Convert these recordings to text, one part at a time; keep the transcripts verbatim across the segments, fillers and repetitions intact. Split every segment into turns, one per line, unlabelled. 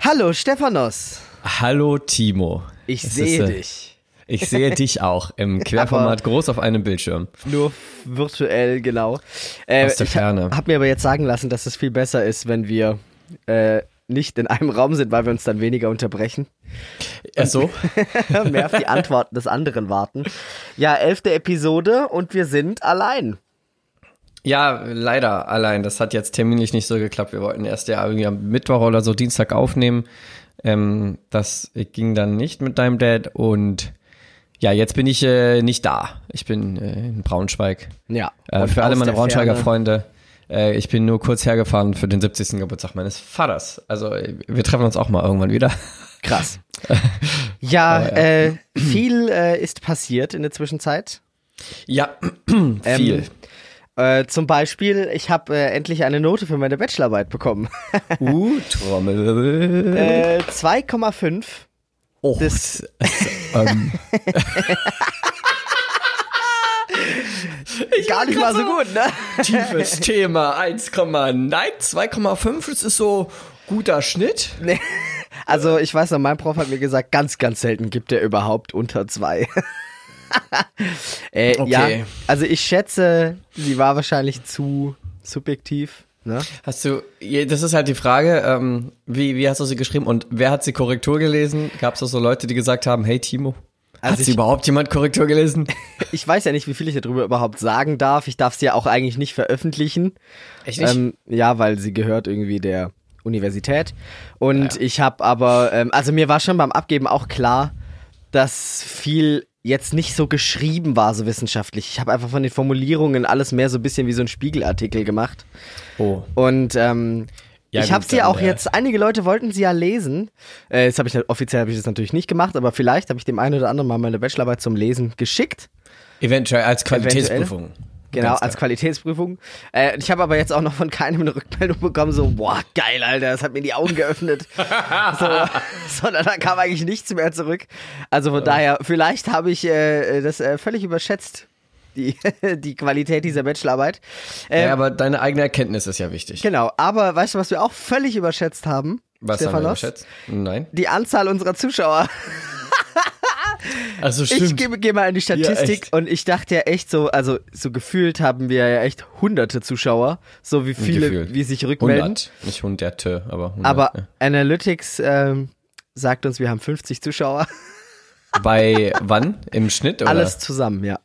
Hallo Stephanos.
Hallo Timo.
Ich sehe äh, dich.
Ich sehe dich auch im Querformat groß auf einem Bildschirm.
Nur virtuell, genau. Äh,
Aus der
ich
Ferne.
habe hab mir aber jetzt sagen lassen, dass es viel besser ist, wenn wir äh, nicht in einem Raum sind, weil wir uns dann weniger unterbrechen.
Ach so?
Mehr auf die Antworten des anderen warten. Ja, elfte Episode und wir sind allein.
Ja, leider allein. Das hat jetzt terminlich nicht so geklappt. Wir wollten erst ja irgendwie am Mittwoch oder so Dienstag aufnehmen. Ähm, das ging dann nicht mit deinem Dad und ja, jetzt bin ich äh, nicht da. Ich bin äh, in Braunschweig.
Ja.
Äh, für alle meine Braunschweiger Ferne. Freunde. Äh, ich bin nur kurz hergefahren für den siebzigsten Geburtstag meines Vaters. Also wir treffen uns auch mal irgendwann wieder.
Krass. Ja, ja. Äh, viel äh, ist passiert in der Zwischenzeit.
Ja, viel.
Ähm, Äh, zum Beispiel, ich habe äh, endlich eine Note für meine Bachelorarbeit bekommen.
uh, Trommel.
Äh, zwei Komma fünf.
Oh,
das,
ähm.
Gar nicht mal so gut, ne?
Tiefes Thema, eins, nein, zwei Komma fünf, das ist so guter Schnitt.
Nee. Also ich weiß noch, mein Prof hat mir gesagt, ganz, ganz selten gibt er überhaupt unter zwei. äh,
okay.
Ja, also ich schätze, sie war wahrscheinlich zu subjektiv. Ne?
Hast du, das ist halt die Frage, ähm, wie, wie hast du sie geschrieben und wer hat sie Korrektur gelesen? Gab es auch so Leute, die gesagt haben, hey Timo,
also
hat
ich,
sie überhaupt jemand Korrektur gelesen?
Ich weiß ja nicht, wie viel ich darüber überhaupt sagen darf. Ich darf sie ja auch eigentlich nicht veröffentlichen.
Echt nicht?
Ähm, ja, weil sie gehört irgendwie der Universität. Und
ja.
ich habe aber, ähm, also mir war schon beim Abgeben auch klar, dass viel jetzt nicht so geschrieben war, so wissenschaftlich. Ich habe einfach von den Formulierungen alles mehr so ein bisschen wie so ein Spiegelartikel gemacht.
Oh.
Und ähm,
ja,
ich habe sie
dann,
auch
äh,
jetzt, einige Leute wollten sie ja lesen. Äh, jetzt habe ich, offiziell habe ich das natürlich nicht gemacht, aber vielleicht habe ich dem einen oder anderen mal meine Bachelorarbeit zum Lesen geschickt.
Eventuell als Qualitätsprüfung.
Eventuell. Genau, als Qualitätsprüfung. Äh, ich habe aber jetzt auch noch von keinem eine Rückmeldung bekommen, so, boah, geil, Alter, das hat mir die Augen geöffnet. so, sondern da kam eigentlich nichts mehr zurück. Also von ja. daher, vielleicht habe ich äh, das äh, völlig überschätzt, die, die Qualität dieser Bachelorarbeit. Äh,
ja, aber deine eigene Erkenntnis ist ja wichtig.
Genau, aber weißt du, was wir auch völlig überschätzt haben?
Was
Stephanos?
haben wir überschätzt? Nein.
Die Anzahl unserer Zuschauer.
Also stimmt.
Ich gehe geh mal in die Statistik
ja,
und ich dachte ja echt so, also so gefühlt haben wir ja echt hunderte Zuschauer, so wie viele,
Gefühlt.
wie sich rückmelden.
hundert, nicht hunderte, aber hundert.
Aber
ja.
Analytics ähm, sagt uns, wir haben fünfzig Zuschauer.
Bei wann? Im Schnitt oder?
Alles zusammen, ja.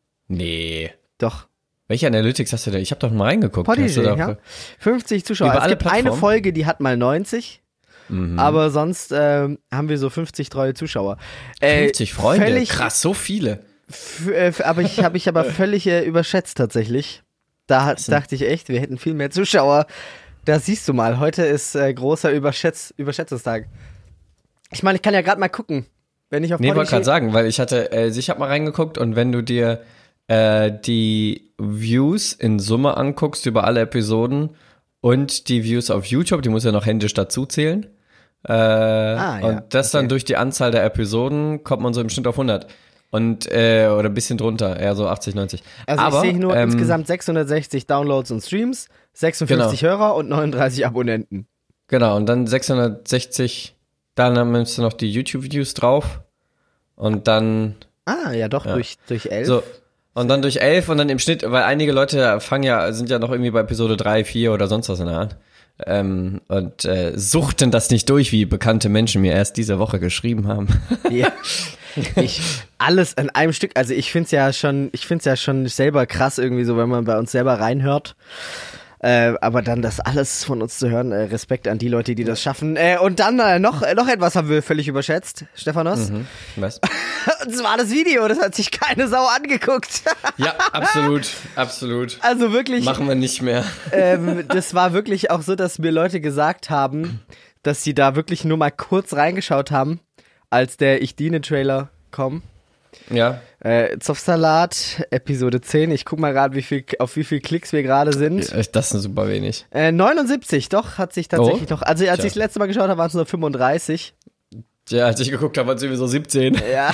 Nee.
Doch.
Welche Analytics hast du denn? Ich habe doch mal reingeguckt.
Podigy, ja. fünfzig Zuschauer. Es gibt eine Folge, die hat mal neunzig. Mhm. Aber sonst ähm, haben wir so fünfzig treue Zuschauer. Äh,
fünfzig Freunde?
Völlig,
krass, so viele.
F- äh, aber ich habe ich aber völlig äh, überschätzt tatsächlich. Da hat, dachte ich echt, wir hätten viel mehr Zuschauer. Da siehst du mal, heute ist äh, großer Überschätz- Überschätzungstag. Ich meine, ich kann ja gerade mal gucken, wenn ich auf
Nee,
Podigy...
wollte gerade sagen, weil ich hatte, äh, ich habe mal reingeguckt und wenn du dir äh, die Views in Summe anguckst über alle Episoden und die Views auf YouTube, die muss ja noch händisch dazu zählen. Äh, ah, ja. Und das okay. Dann durch die Anzahl der Episoden kommt man so im Schnitt auf hundert. Und, äh, oder ein bisschen drunter, eher so achtzig, neunzig.
Also
Aber,
ich sehe nur
ähm,
insgesamt sechshundertsechzig Downloads und Streams, sechsundfünfzig genau. Hörer und neununddreißig Abonnenten.
Genau, und dann sechshundertsechzig, dann nimmst du noch die YouTube-Videos drauf und dann...
Ah, ja doch, ja. durch durch elf.
So. Und dann durch elf und dann im Schnitt, weil einige Leute fangen ja, sind ja noch irgendwie bei Episode drei, vier oder sonst was in der Art. Ähm, und äh, suchten das nicht durch, wie bekannte Menschen mir erst diese Woche geschrieben haben.
Ja. Ich, alles in einem Stück, also ich find's ja schon, ich find's ja schon selber krass irgendwie so, wenn man bei uns selber reinhört. Äh, aber dann das alles von uns zu hören, äh, Respekt an die Leute, die das schaffen. Äh, und dann äh, noch, äh, noch etwas haben wir völlig überschätzt, Stephanos.
Mhm. Was?
Und zwar das Video, das hat sich keine Sau angeguckt.
Ja, absolut, absolut.
Also wirklich.
Machen wir nicht mehr.
Ähm, das war wirklich auch so, dass mir Leute gesagt haben, dass sie da wirklich nur mal kurz reingeschaut haben, als der Ich Diene-Trailer kam.
Ja.
Äh, Zopfsalat, Episode zehn. Ich guck mal gerade, wie viel, auf wie viel Klicks wir gerade sind.
Das ist super wenig.
Äh, neunundsiebzig, doch, hat sich tatsächlich
oh.
noch. Also, als
Tja.
ich das letzte Mal geschaut habe, waren es nur fünfunddreißig.
Ja, als ich geguckt habe, waren es irgendwie so siebzehn.
Ja.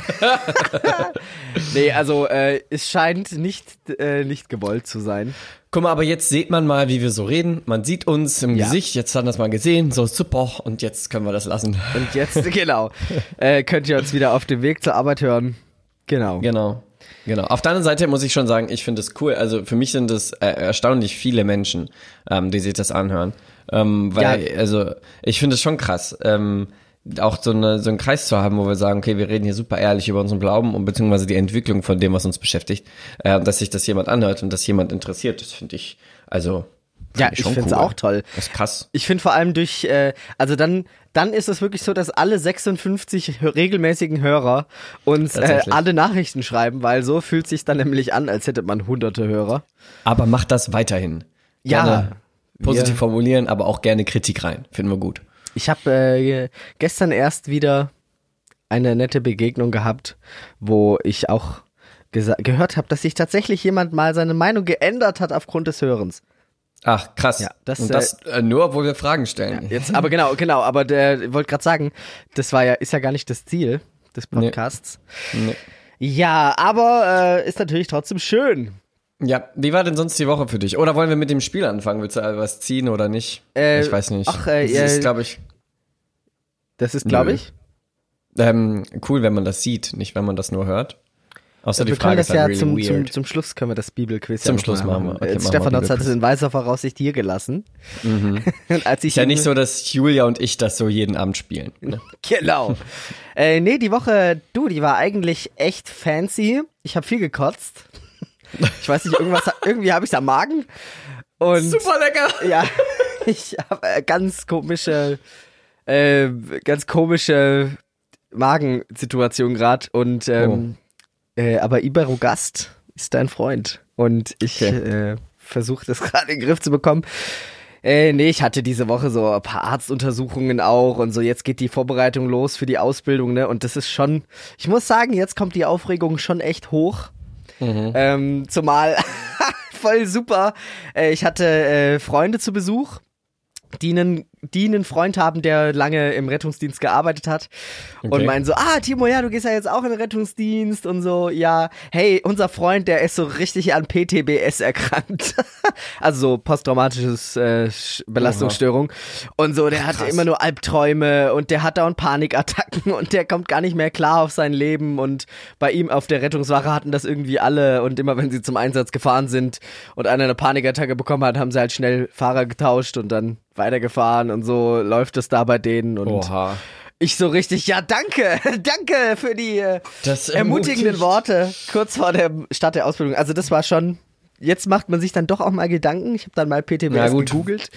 Nee, also äh, es scheint nicht, äh, nicht gewollt zu sein.
Guck mal, aber jetzt sieht man mal, wie wir so reden. Man sieht uns im
Ja.
Gesicht, jetzt haben wir das mal gesehen, so super, und jetzt können wir das lassen.
Und jetzt, genau, äh, könnt ihr uns wieder auf dem Weg zur Arbeit hören. Genau.
Genau. Genau. Auf der anderen Seite muss ich schon sagen, ich finde es cool. Also für mich sind es äh, erstaunlich viele Menschen, ähm, die sich das anhören. Ähm, weil,
Ja.
also ich finde es schon krass, ähm, auch so, eine, so einen Kreis zu haben, wo wir sagen, okay, wir reden hier super ehrlich über unseren Glauben und beziehungsweise die Entwicklung von dem, was uns beschäftigt, äh, dass sich das jemand anhört und das jemand interessiert. Das finde ich, also
Ja, ich finde es auch toll.
Das ist krass.
Ich finde vor allem durch, äh, also dann, dann ist es wirklich so, dass alle sechsundfünfzig hö- regelmäßigen Hörer uns äh,
Tatsächlich.
alle Nachrichten schreiben, weil so fühlt sich dann nämlich an, als hätte man hunderte Hörer.
Aber macht das weiterhin.
Ja.
Gerne positiv
wir-
formulieren, aber auch gerne Kritik rein. Finden wir gut.
Ich habe äh, gestern erst wieder eine nette Begegnung gehabt, wo ich auch gesa- gehört habe, dass sich tatsächlich jemand mal seine Meinung geändert hat aufgrund des Hörens.
Ach, krass.
Ja, das,
und das äh, nur, obwohl wir Fragen stellen.
Jetzt, aber genau, genau, aber der wollte gerade sagen, das war ja, ist ja gar nicht das Ziel des Podcasts.
Nee.
Ja, aber äh, ist natürlich trotzdem schön.
Ja, wie war denn sonst die Woche für dich? Oder wollen wir mit dem Spiel anfangen? Willst du was ziehen oder nicht?
Äh,
ich weiß nicht.
ach, äh,
das
ja,
ist, glaube ich,
Das ist, glaube
Nö.
ich.
ähm, cool, wenn man das sieht, nicht wenn man das nur hört. Außer die
Wir
Frage
können
ist
das ja
halt really
zum, zum,
weird.
zum Schluss können wir das Bibelquiz
Zum
ja noch
Schluss
mal
machen wir. Okay,
Äh,
machen wir
Stefan hat es
Bibelquiz.
in weiser Voraussicht dir gelassen.
Mhm.
Als ich
Ist ja
ihm-
nicht so, dass Julia und ich das so jeden Abend spielen. Ne?
Genau. äh, nee, die Woche, du, die war eigentlich echt fancy. Ich habe viel gekotzt. Ich weiß nicht, irgendwas, irgendwie habe ich am Magen. Und
Super lecker!
ja, ich habe äh, ganz komische, äh, ganz komische Magensituation gerade. Und ähm, äh, aber Iberogast ist dein Freund. Und ich
Okay.
äh, versuche das gerade in den Griff zu bekommen. Äh, nee, ich hatte diese Woche so ein paar Arztuntersuchungen auch und so, jetzt geht die Vorbereitung los für die Ausbildung, ne, und das ist schon, ich muss sagen, jetzt kommt die Aufregung schon echt hoch,
Mhm.
ähm, zumal, voll super, äh, ich hatte äh, Freunde zu Besuch, die einen, die einen Freund haben, der lange im Rettungsdienst gearbeitet hat und
Okay.
meinen so, ah, Timo, ja, du gehst ja jetzt auch in den Rettungsdienst und so, ja, hey, unser Freund, der ist so richtig an P T B S erkrankt. Also so posttraumatisches äh, Sch- Belastungsstörung und so, der hat
krass.
immer nur Albträume und der hat dauernd Panikattacken und der kommt gar nicht mehr klar auf sein Leben und bei ihm auf der Rettungswache hatten das irgendwie alle und immer wenn sie zum Einsatz gefahren sind und einer eine Panikattacke bekommen hat, haben sie halt schnell Fahrer getauscht und dann weitergefahren und so läuft es da bei denen und
Oha.
ich so richtig, ja danke, danke für die äh,
Das
ermutigenden
ermutigt.
Worte kurz vor der Start der Ausbildung. Also das war schon, jetzt macht man sich dann doch auch mal Gedanken. Ich habe dann mal P T B S
Na gut.
gegoogelt.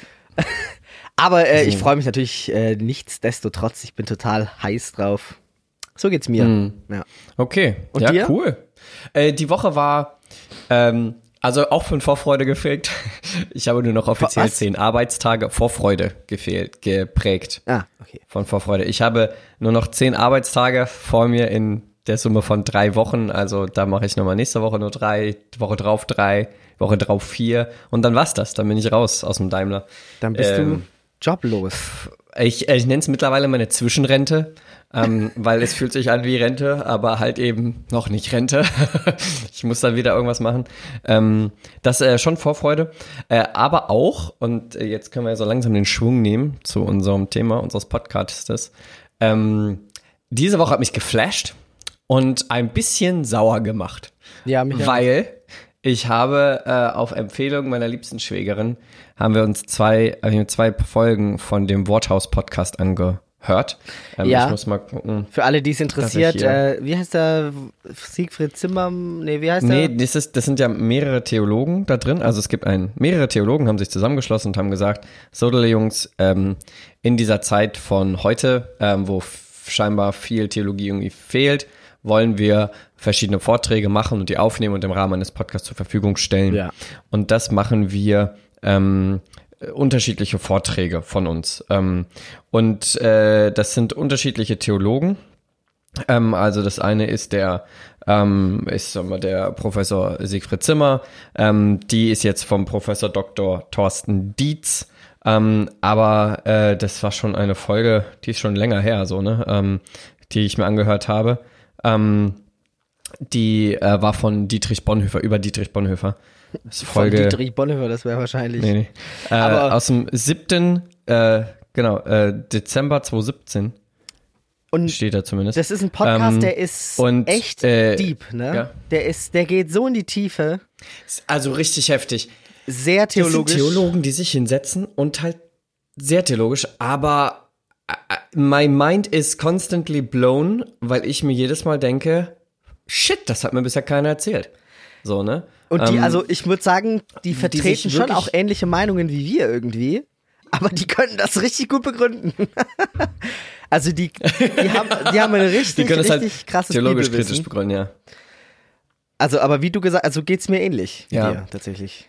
Aber äh, ich freue mich natürlich äh, nichtsdestotrotz, ich bin total heiß drauf. So geht's mir.
Mhm.
Ja.
Okay.
Und
ja,
dir?
cool. Äh, die Woche war, ähm, also auch von Vorfreude gefehlt. Ich habe nur noch offiziell
Was?
zehn Arbeitstage Vorfreude gefehlt, geprägt.
Ah, okay.
Von Vorfreude. Ich habe nur noch zehn Arbeitstage vor mir in der Summe von drei Wochen. Also da mache ich nochmal nächste Woche nur drei, Woche drauf drei, Woche drauf vier. Und dann war's das. Dann bin ich raus aus dem Daimler.
Dann bist
Ähm,
du joblos.
Ich, ich nenne es mittlerweile meine Zwischenrente, ähm, weil es fühlt sich an wie Rente, aber halt eben noch nicht Rente. Ich muss dann wieder irgendwas machen. Ähm, das äh, schon Vorfreude, äh, aber auch, und äh, jetzt können wir so langsam den Schwung nehmen zu unserem Thema unseres Podcastes. Ähm, diese Woche hat mich geflasht und ein bisschen sauer gemacht.
Ja, mich auch.
Weil ich habe äh, auf Empfehlung meiner liebsten Schwägerin haben wir uns zwei, äh, zwei Folgen von dem Worthaus-Podcast angehört. Ähm,
Ja.
Ich muss mal gucken.
Für alle, die es interessiert,
hier-
äh, wie heißt der? Siegfried Zimmer? Nee, wie heißt
Nee,
der?
das, ist, das sind ja mehrere Theologen da drin. Also es gibt ein, mehrere Theologen haben sich zusammengeschlossen und haben gesagt, Sodele Jungs, ähm, in dieser Zeit von heute, ähm, wo f- scheinbar viel Theologie irgendwie fehlt, wollen wir verschiedene Vorträge machen und die aufnehmen und im Rahmen eines Podcasts zur Verfügung stellen.
Ja.
Und das machen wir ähm, äh, unterschiedliche Vorträge von uns. Ähm, und äh, das sind unterschiedliche Theologen. Ähm, also das eine ist der ähm, ist sagen wir, der Professor Siegfried Zimmer. Ähm, die ist jetzt vom Professor Doktor Thorsten Dietz Ähm, aber äh, das war schon eine Folge, die ist schon länger her, so, ne? Ähm, die ich mir angehört habe. Ähm, die äh, war von Dietrich Bonhoeffer, über Dietrich Bonhoeffer. Das ist Folge,
von Dietrich Bonhoeffer, das wäre wahrscheinlich.
Nee, nee. Äh,
Aber
aus dem siebten Äh, genau, äh, Dezember zwanzig siebzehn.
Und
steht da zumindest.
das ist ein Podcast,
Ähm,
der ist
und,
echt
äh,
deep, ne?
ja.
Der ist, der geht so in die Tiefe,
Also richtig heftig.
sehr
Das sind
theologisch.
Theologen, die sich hinsetzen und halt sehr theologisch, aber äh, my mind is constantly blown, weil ich mir jedes Mal denke, shit, das hat mir bisher keiner erzählt. So, ne?
Und die,
Ähm,
also ich würde sagen, die vertreten
sich
schon
wirklich-
auch ähnliche Meinungen wie wir irgendwie, aber die können das richtig gut begründen. Also die, die, haben, die haben ein richtig,
die können es
richtig
halt
krasses
theologisch
Bibelwissen.
kritisch begründen, ja.
Also, aber wie du gesagt, also geht's mir ähnlich wie
Ja.
dir tatsächlich.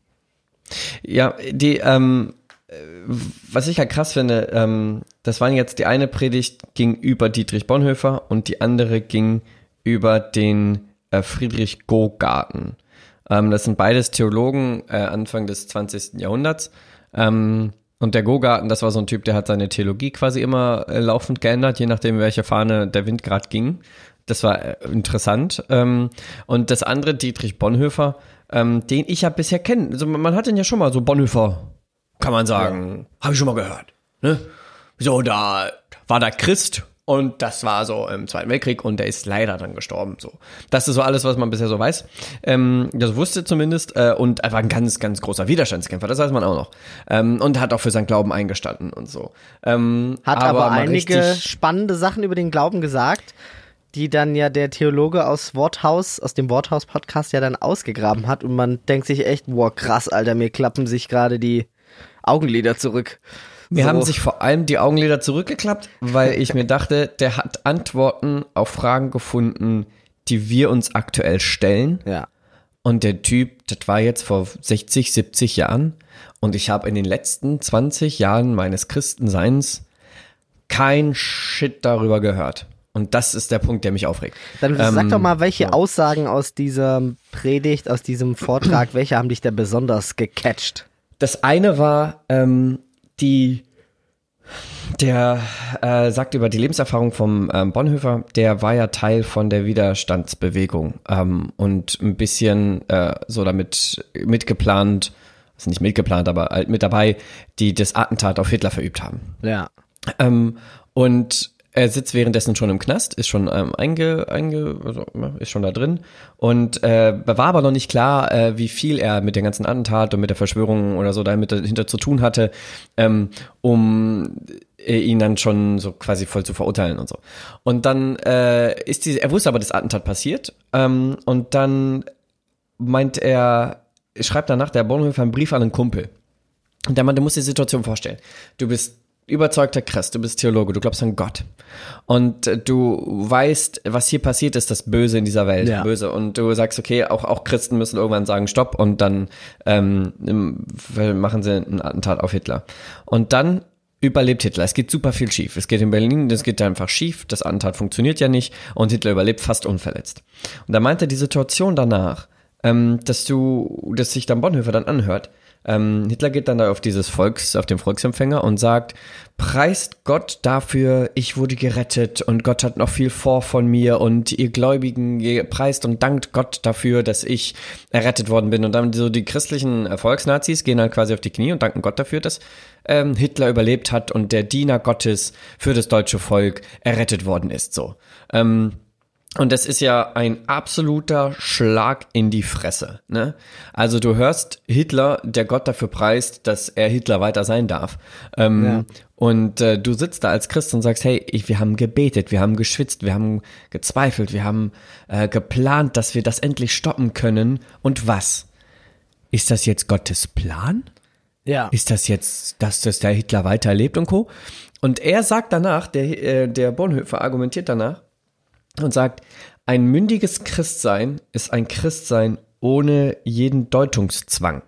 Ja, die, ähm, äh, was ich halt krass finde, ähm, das waren jetzt, die eine Predigt ging über Dietrich Bonhoeffer und die andere ging über den äh, Friedrich Gogarten. Ähm, das sind beides Theologen äh, Anfang des zwanzigsten Jahrhunderts. Ähm, und der Gogarten, das war so ein Typ, der hat seine Theologie quasi immer äh, laufend geändert, je nachdem, welche Fahne der Wind gerade ging. Das war äh, interessant. Ähm, und das andere, Dietrich Bonhoeffer, ähm, den ich ja bisher kenne. Also man hat den ja schon mal so, Bonhoeffer, kann man sagen, ja. Habe ich schon mal gehört. Ne? So, da war der Christ und das war so im Zweiten Weltkrieg und der ist leider dann gestorben. So, das ist so alles, was man bisher so weiß. Ähm, das wusste zumindest äh, und er war ein ganz, ganz großer Widerstandskämpfer, das weiß man auch noch. Ähm, und hat auch für seinen Glauben eingestanden und so. Ähm,
Hat aber,
mal
einige
richtig-
spannende Sachen über den Glauben gesagt, die dann ja der Theologe aus Worthaus, aus dem Worthaus-Podcast ja dann ausgegraben hat und man denkt sich echt, boah, krass, Alter, mir klappen sich gerade die Augenlider zurück.
Mir
So.
haben sich vor allem die Augenlider zurückgeklappt, weil ich mir dachte, der hat Antworten auf Fragen gefunden, die wir uns aktuell stellen.
Ja.
Und der Typ, das war jetzt vor sechzig, siebzig Jahren. Und ich habe in den letzten zwanzig Jahren meines Christenseins kein Shit darüber gehört. Und das ist der Punkt, der mich aufregt.
Dann
Ähm,
sag doch mal, welche
so.
Aussagen aus dieser Predigt, aus diesem Vortrag, welche haben dich da besonders gecatcht?
Das eine war, ähm, die, der äh, sagt über die Lebenserfahrung vom ähm, Bonhoeffer, der war ja Teil von der Widerstandsbewegung ähm, und ein bisschen äh, so damit mitgeplant, also nicht mitgeplant, aber halt mit dabei, die das Attentat auf Hitler verübt haben.
Ja.
Ähm, und er sitzt währenddessen schon im Knast, ist schon ähm, einge, einge, also, ist schon da drin und äh, war aber noch nicht klar, äh, wie viel er mit dem ganzen Attentat und mit der Verschwörung oder so damit dahinter zu tun hatte, ähm, um äh, ihn dann schon so quasi voll zu verurteilen und so. Und dann äh, ist die, er wusste aber, das Attentat passiert ähm, und dann meint er, schreibt danach der Bonhoeffer einen Brief an einen Kumpel. Und der Mann, du musst dir die Situation vorstellen. Du bist überzeugter Christ, du bist Theologe, du glaubst an Gott und äh, du weißt, was hier passiert ist, das Böse in dieser Welt,
Ja.
Böse und du sagst, okay, auch auch Christen müssen irgendwann sagen, stopp und dann ähm, im- machen sie ein Attentat auf Hitler und dann überlebt Hitler. Es geht super viel schief. Es geht in Berlin, es geht einfach schief, das Attentat funktioniert ja nicht und Hitler überlebt fast unverletzt. Und da meinte er, die Situation danach, ähm, dass du, dass sich dann Bonhoeffer dann anhört, Ähm, Hitler geht dann da auf dieses Volks, auf den Volksempfänger und sagt, preist Gott dafür, ich wurde gerettet und Gott hat noch viel vor von mir und ihr Gläubigen, ihr preist und dankt Gott dafür, dass ich errettet worden bin. Und dann so die christlichen Volksnazis gehen dann quasi auf die Knie und danken Gott dafür, dass ähm, Hitler überlebt hat und der Diener Gottes für das deutsche Volk errettet worden ist. So. Ähm, Und das ist ja ein absoluter Schlag in die Fresse, ne? Also du hörst Hitler, der Gott dafür preist, dass er Hitler weiter sein darf. Ähm,
Ja.
Und äh, du sitzt da als Christ und sagst, hey, ich, wir haben gebetet, wir haben geschwitzt, wir haben gezweifelt, wir haben äh, geplant, dass wir das endlich stoppen können. Und was? Ist das jetzt Gottes Plan?
Ja.
Ist das jetzt, dass das der Hitler weiterlebt und Co.? Und er sagt danach, der, äh, der Bonhoeffer argumentiert danach, und sagt, ein mündiges Christsein ist ein Christsein ohne jeden Deutungszwang.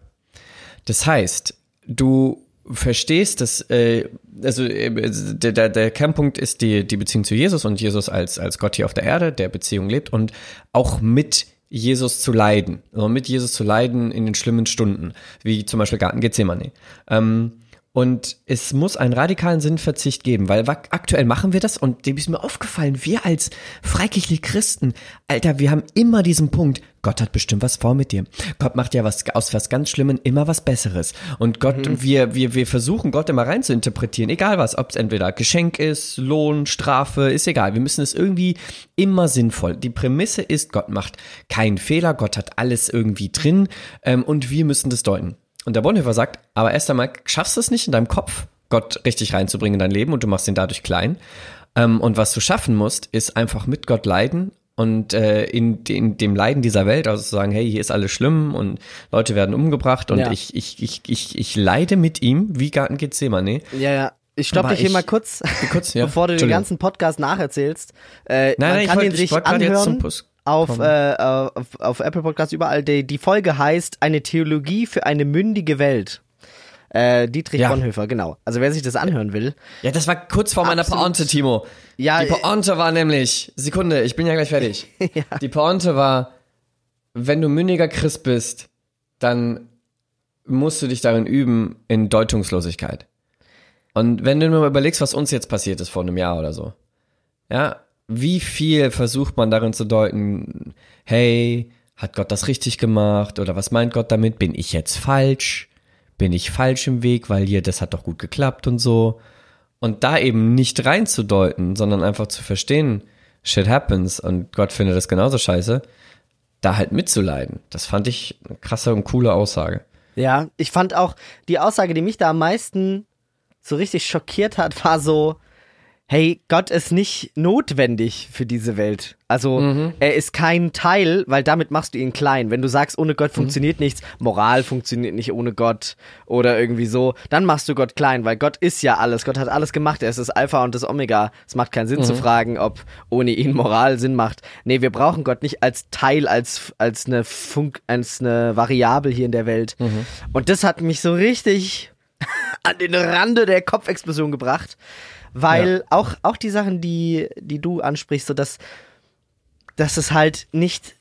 Das heißt, du verstehst, dass, äh, also äh, der, der, der Kernpunkt ist die, die Beziehung zu Jesus und Jesus als, als Gott hier auf der Erde, der Beziehung lebt und auch mit Jesus zu leiden, also mit Jesus zu leiden in den schlimmen Stunden, wie zum Beispiel Garten Gethsemane. Ähm, Und es muss einen radikalen Sinnverzicht geben, weil aktuell machen wir das und dem ist mir aufgefallen, wir als freikirchliche Christen, Alter, wir haben immer diesen Punkt, Gott hat bestimmt was vor mit dir. Gott macht ja was aus was ganz Schlimmem immer was Besseres. Und Gott, mhm. wir, wir, wir versuchen Gott immer rein zu interpretieren, egal was, ob es entweder Geschenk ist, Lohn, Strafe, ist egal. Wir müssen es irgendwie immer sinnvoll. Die Prämisse ist, Gott macht keinen Fehler, Gott hat alles irgendwie drin ähm, und wir müssen das deuten. Und der Bonhoeffer sagt, aber erst einmal schaffst du es nicht in deinem Kopf, Gott richtig reinzubringen in dein Leben und du machst ihn dadurch klein. Ähm, und was du schaffen musst, ist einfach mit Gott leiden und äh, in, in dem Leiden dieser Welt, also zu sagen, hey, hier ist alles schlimm und Leute werden umgebracht und ja. ich, ich, ich, ich, ich leide mit ihm wie Garten Gethsemane.
Ja, ja. Ich stoppe dich hier mal kurz,
kurz ja.
bevor du den ganzen Podcast nacherzählst. Äh,
nein,
man
nein,
kann
ich
ihn
wollt,
sich
ich
anhören.
Jetzt zum Puss.
Auf, äh, auf, auf Apple Podcasts überall. Die, die Folge heißt Eine Theologie für eine mündige Welt. Äh, Dietrich ja. Bonhoeffer, genau. Also wer sich das anhören will.
Ja, das war kurz vor meiner Pointe, Timo. Ja, die Pointe war nämlich, Sekunde, ich bin ja gleich fertig. ja. Die Pointe war, wenn du mündiger Christ bist, dann musst du dich darin üben in Deutungslosigkeit. Und wenn du nur mal überlegst, was uns jetzt passiert ist vor einem Jahr oder so. Ja, wie viel versucht man darin zu deuten, hey, hat Gott das richtig gemacht? Oder was meint Gott damit? Bin ich jetzt falsch? Bin ich falsch im Weg? Weil hier, das hat doch gut geklappt und so. Und da eben nicht reinzudeuten, sondern einfach zu verstehen, shit happens und Gott findet das genauso scheiße, da halt mitzuleiden. Das fand ich eine krasse und coole Aussage.
Ja, ich fand auch, die Aussage, die mich da am meisten so richtig schockiert hat, war so, hey, Gott ist nicht notwendig für diese Welt. Also mhm. er ist kein Teil, weil damit machst du ihn klein. Wenn du sagst, ohne Gott funktioniert mhm. nichts, Moral funktioniert nicht ohne Gott oder irgendwie so, dann machst du Gott klein, weil Gott ist ja alles. Gott hat alles gemacht. Er ist das Alpha und das Omega. Es macht keinen Sinn mhm. zu fragen, ob ohne ihn Moral Sinn macht. Nee, wir brauchen Gott nicht als Teil, als, als, eine, Funk, als eine Variable hier in der Welt. Mhm. Und das hat mich so richtig an den Rande der Kopfexplosion gebracht. Weil ja. auch, auch die Sachen, die, die du ansprichst, so dass, dass es halt nicht,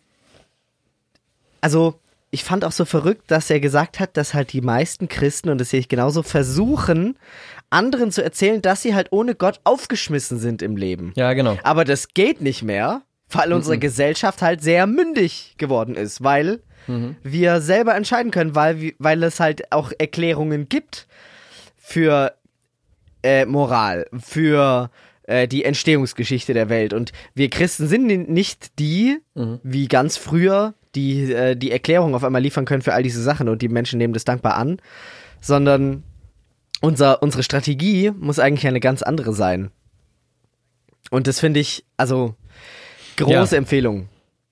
also ich fand auch so verrückt, dass er gesagt hat, dass halt die meisten Christen, und das sehe ich genauso, versuchen, anderen zu erzählen, dass sie halt ohne Gott aufgeschmissen sind im Leben.
Ja, genau.
Aber das geht nicht mehr, weil mhm. unsere Gesellschaft halt sehr mündig geworden ist, weil mhm. wir selber entscheiden können, weil, weil es halt auch Erklärungen gibt für Äh, Moral, für äh, die Entstehungsgeschichte der Welt. Und wir Christen sind nicht die, mhm. wie ganz früher, die äh, die Erklärung auf einmal liefern können für all diese Sachen und die Menschen nehmen das dankbar an, sondern unser, unsere Strategie muss eigentlich eine ganz andere sein. Und das finde ich, also, große ja. Empfehlung.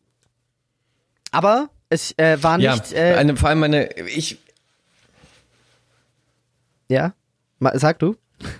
Aber es äh, war nicht...
Ja,
äh,
eine, vor allem meine, ich...
Ja, sag du.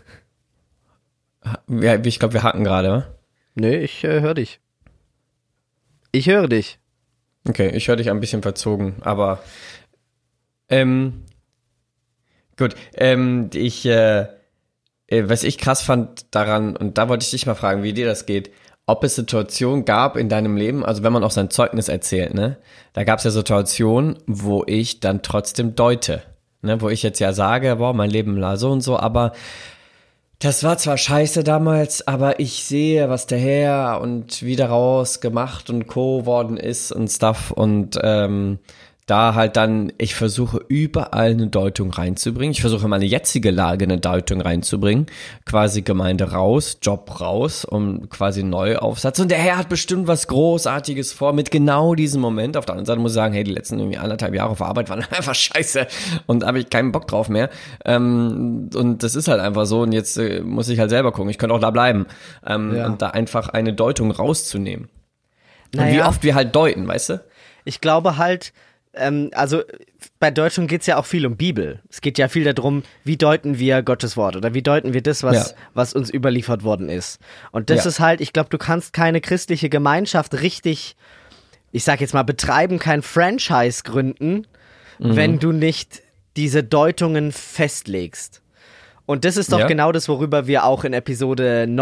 Ja, ich glaube, wir hacken gerade, oder?
Nee, ich äh, höre dich. Ich höre dich.
Okay, ich höre dich ein bisschen verzogen, aber ähm, gut, ähm, ich, äh, was ich krass fand daran, und da wollte ich dich mal fragen, wie dir das geht, ob es Situationen gab in deinem Leben, also wenn man auch sein Zeugnis erzählt, ne, da gab es ja Situationen, wo ich dann trotzdem deute, ne, wo ich jetzt ja sage, boah, mein Leben war so und so, aber das war zwar scheiße damals, aber ich sehe, was daher und wie daraus gemacht und co. worden ist und Stuff und ähm, da halt dann, ich versuche überall eine Deutung reinzubringen. Ich versuche meine jetzige Lage eine Deutung reinzubringen. Quasi Gemeinde raus, Job raus, um quasi Neuaufsatz. Und der Herr hat bestimmt was Großartiges vor mit genau diesem Moment. Auf der anderen Seite muss ich sagen, hey, die letzten irgendwie anderthalb Jahre auf Arbeit waren einfach scheiße und da habe ich keinen Bock drauf mehr. Ähm, und das ist halt einfach so und jetzt äh, muss ich halt selber gucken. Ich könnte auch da bleiben ähm, ja. und da einfach eine Deutung rauszunehmen. Naja. Und wie oft wir halt deuten, weißt du?
Ich glaube halt, Ähm, also bei Deutung geht es ja auch viel um Bibel. Es geht ja viel darum, wie deuten wir Gottes Wort oder wie deuten wir das, was, ja. was uns überliefert worden ist. Und das ja. ist halt, ich glaube, du kannst keine christliche Gemeinschaft richtig, ich sag jetzt mal, betreiben, kein Franchise gründen, mhm. wenn du nicht diese Deutungen festlegst. Und das ist doch ja. genau das, worüber wir auch in Episode neun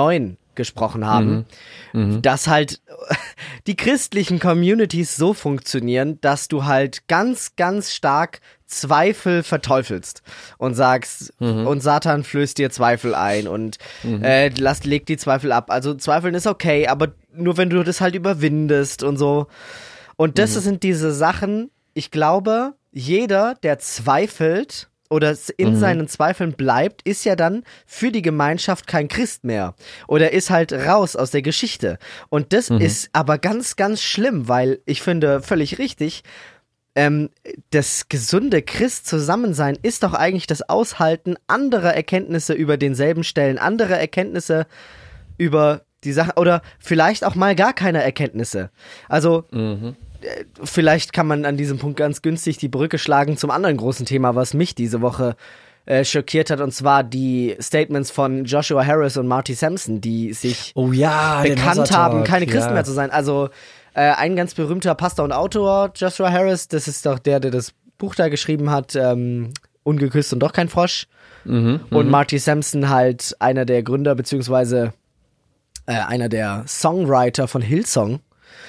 gesprochen haben,
Mhm. Mhm.
dass halt die christlichen Communities so funktionieren, dass du halt ganz, ganz stark Zweifel verteufelst und sagst,
Mhm.
und Satan flößt dir Zweifel ein und
Mhm.
äh, lass, leg die Zweifel ab. Also Zweifeln ist okay, aber nur wenn du das halt überwindest und so. Und das
Mhm.
sind diese Sachen, ich glaube, jeder, der zweifelt oder in
Mhm.
seinen Zweifeln bleibt, ist ja dann für die Gemeinschaft kein Christ mehr. Oder ist halt raus aus der Geschichte. Und das
Mhm.
ist aber ganz, ganz schlimm, weil ich finde, völlig richtig, ähm, das gesunde Christ-Zusammensein ist doch eigentlich das Aushalten anderer Erkenntnisse über denselben Stellen, andere Erkenntnisse über die Sache oder vielleicht auch mal gar keine Erkenntnisse. Also
Mhm.
vielleicht kann man an diesem Punkt ganz günstig die Brücke schlagen zum anderen großen Thema, was mich diese Woche äh, schockiert hat, und zwar die Statements von Joshua Harris und Marty Sampson, die sich
Oh ja, den
bekannt
Wassertalk,
haben, keine Christen
ja.
mehr zu sein. Also äh, ein ganz berühmter Pastor und Autor, Joshua Harris, das ist doch der, der das Buch da geschrieben hat, ähm, Ungeküsst und doch kein Frosch.
Mhm.
Und Marty Sampson halt einer der Gründer, beziehungsweise äh, einer der Songwriter von Hillsong.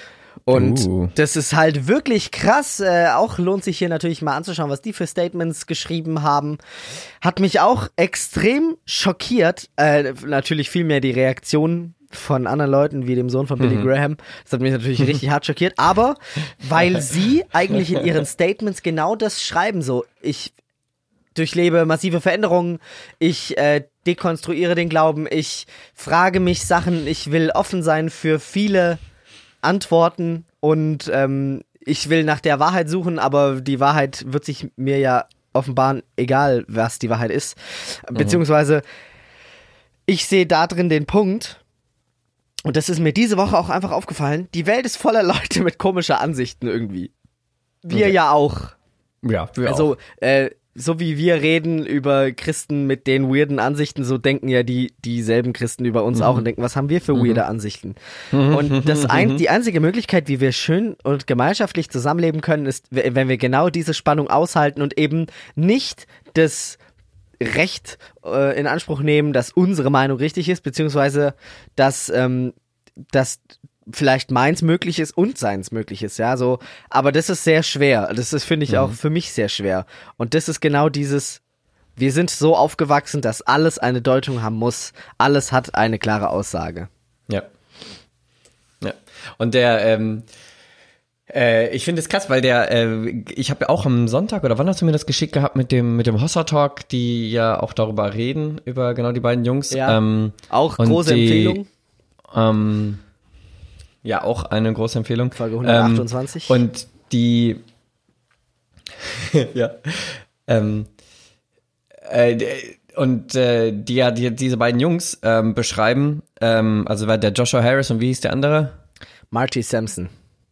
Und
Uh.
das ist halt wirklich krass. Äh, auch lohnt sich hier natürlich mal anzuschauen, was die für Statements geschrieben haben. Hat mich auch extrem schockiert. Äh, natürlich viel mehr die Reaktion von anderen Leuten, wie dem Sohn von Billy
Mhm.
Graham. Das hat mich natürlich richtig hart schockiert. Aber weil sie eigentlich in ihren Statements genau das schreiben, so, ich durchlebe massive Veränderungen, ich äh, dekonstruiere den Glauben, ich frage mich Sachen, ich will offen sein für viele Antworten und ähm, ich will nach der Wahrheit suchen, aber die Wahrheit wird sich mir ja offenbaren, egal was die Wahrheit ist. Beziehungsweise ich sehe da drin den Punkt, und das ist mir diese Woche auch einfach aufgefallen, die Welt ist voller Leute mit komischer Ansichten irgendwie. Wir
Okay.
ja auch.
Ja, wir
Also,
auch.
äh, so wie wir reden über Christen mit den weirden Ansichten, so denken ja die dieselben Christen über uns auch und denken, was haben wir für weirde Ansichten? Und das ein, die einzige Möglichkeit, wie wir schön und gemeinschaftlich zusammenleben können, ist, wenn wir genau diese Spannung aushalten und eben nicht das Recht äh, in Anspruch nehmen, dass unsere Meinung richtig ist, beziehungsweise dass, ähm, dass vielleicht meins möglich ist und seins möglich ist, ja, so, aber das ist sehr schwer, das ist, finde ich, auch für mich sehr schwer, und das ist genau dieses, wir sind so aufgewachsen, dass alles eine Deutung haben muss, alles hat eine klare Aussage.
Ja. Ja. Und der, ähm, äh, ich finde es krass, weil der, äh, ich habe ja auch am Sonntag, oder wann hast du mir das geschickt gehabt mit dem, mit dem Hossa Talk, die ja auch darüber reden, über genau die beiden Jungs.
Ja,
ähm,
auch
und
große
die,
Empfehlung.
Ähm, ja, auch eine große Empfehlung.
Folge hundertachtundzwanzig.
Ähm, und die, ja, ähm, äh, d- und äh, die ja die, diese beiden Jungs ähm, beschreiben, ähm, also war der Joshua Harris und wie hieß der andere?
Marty Sampson.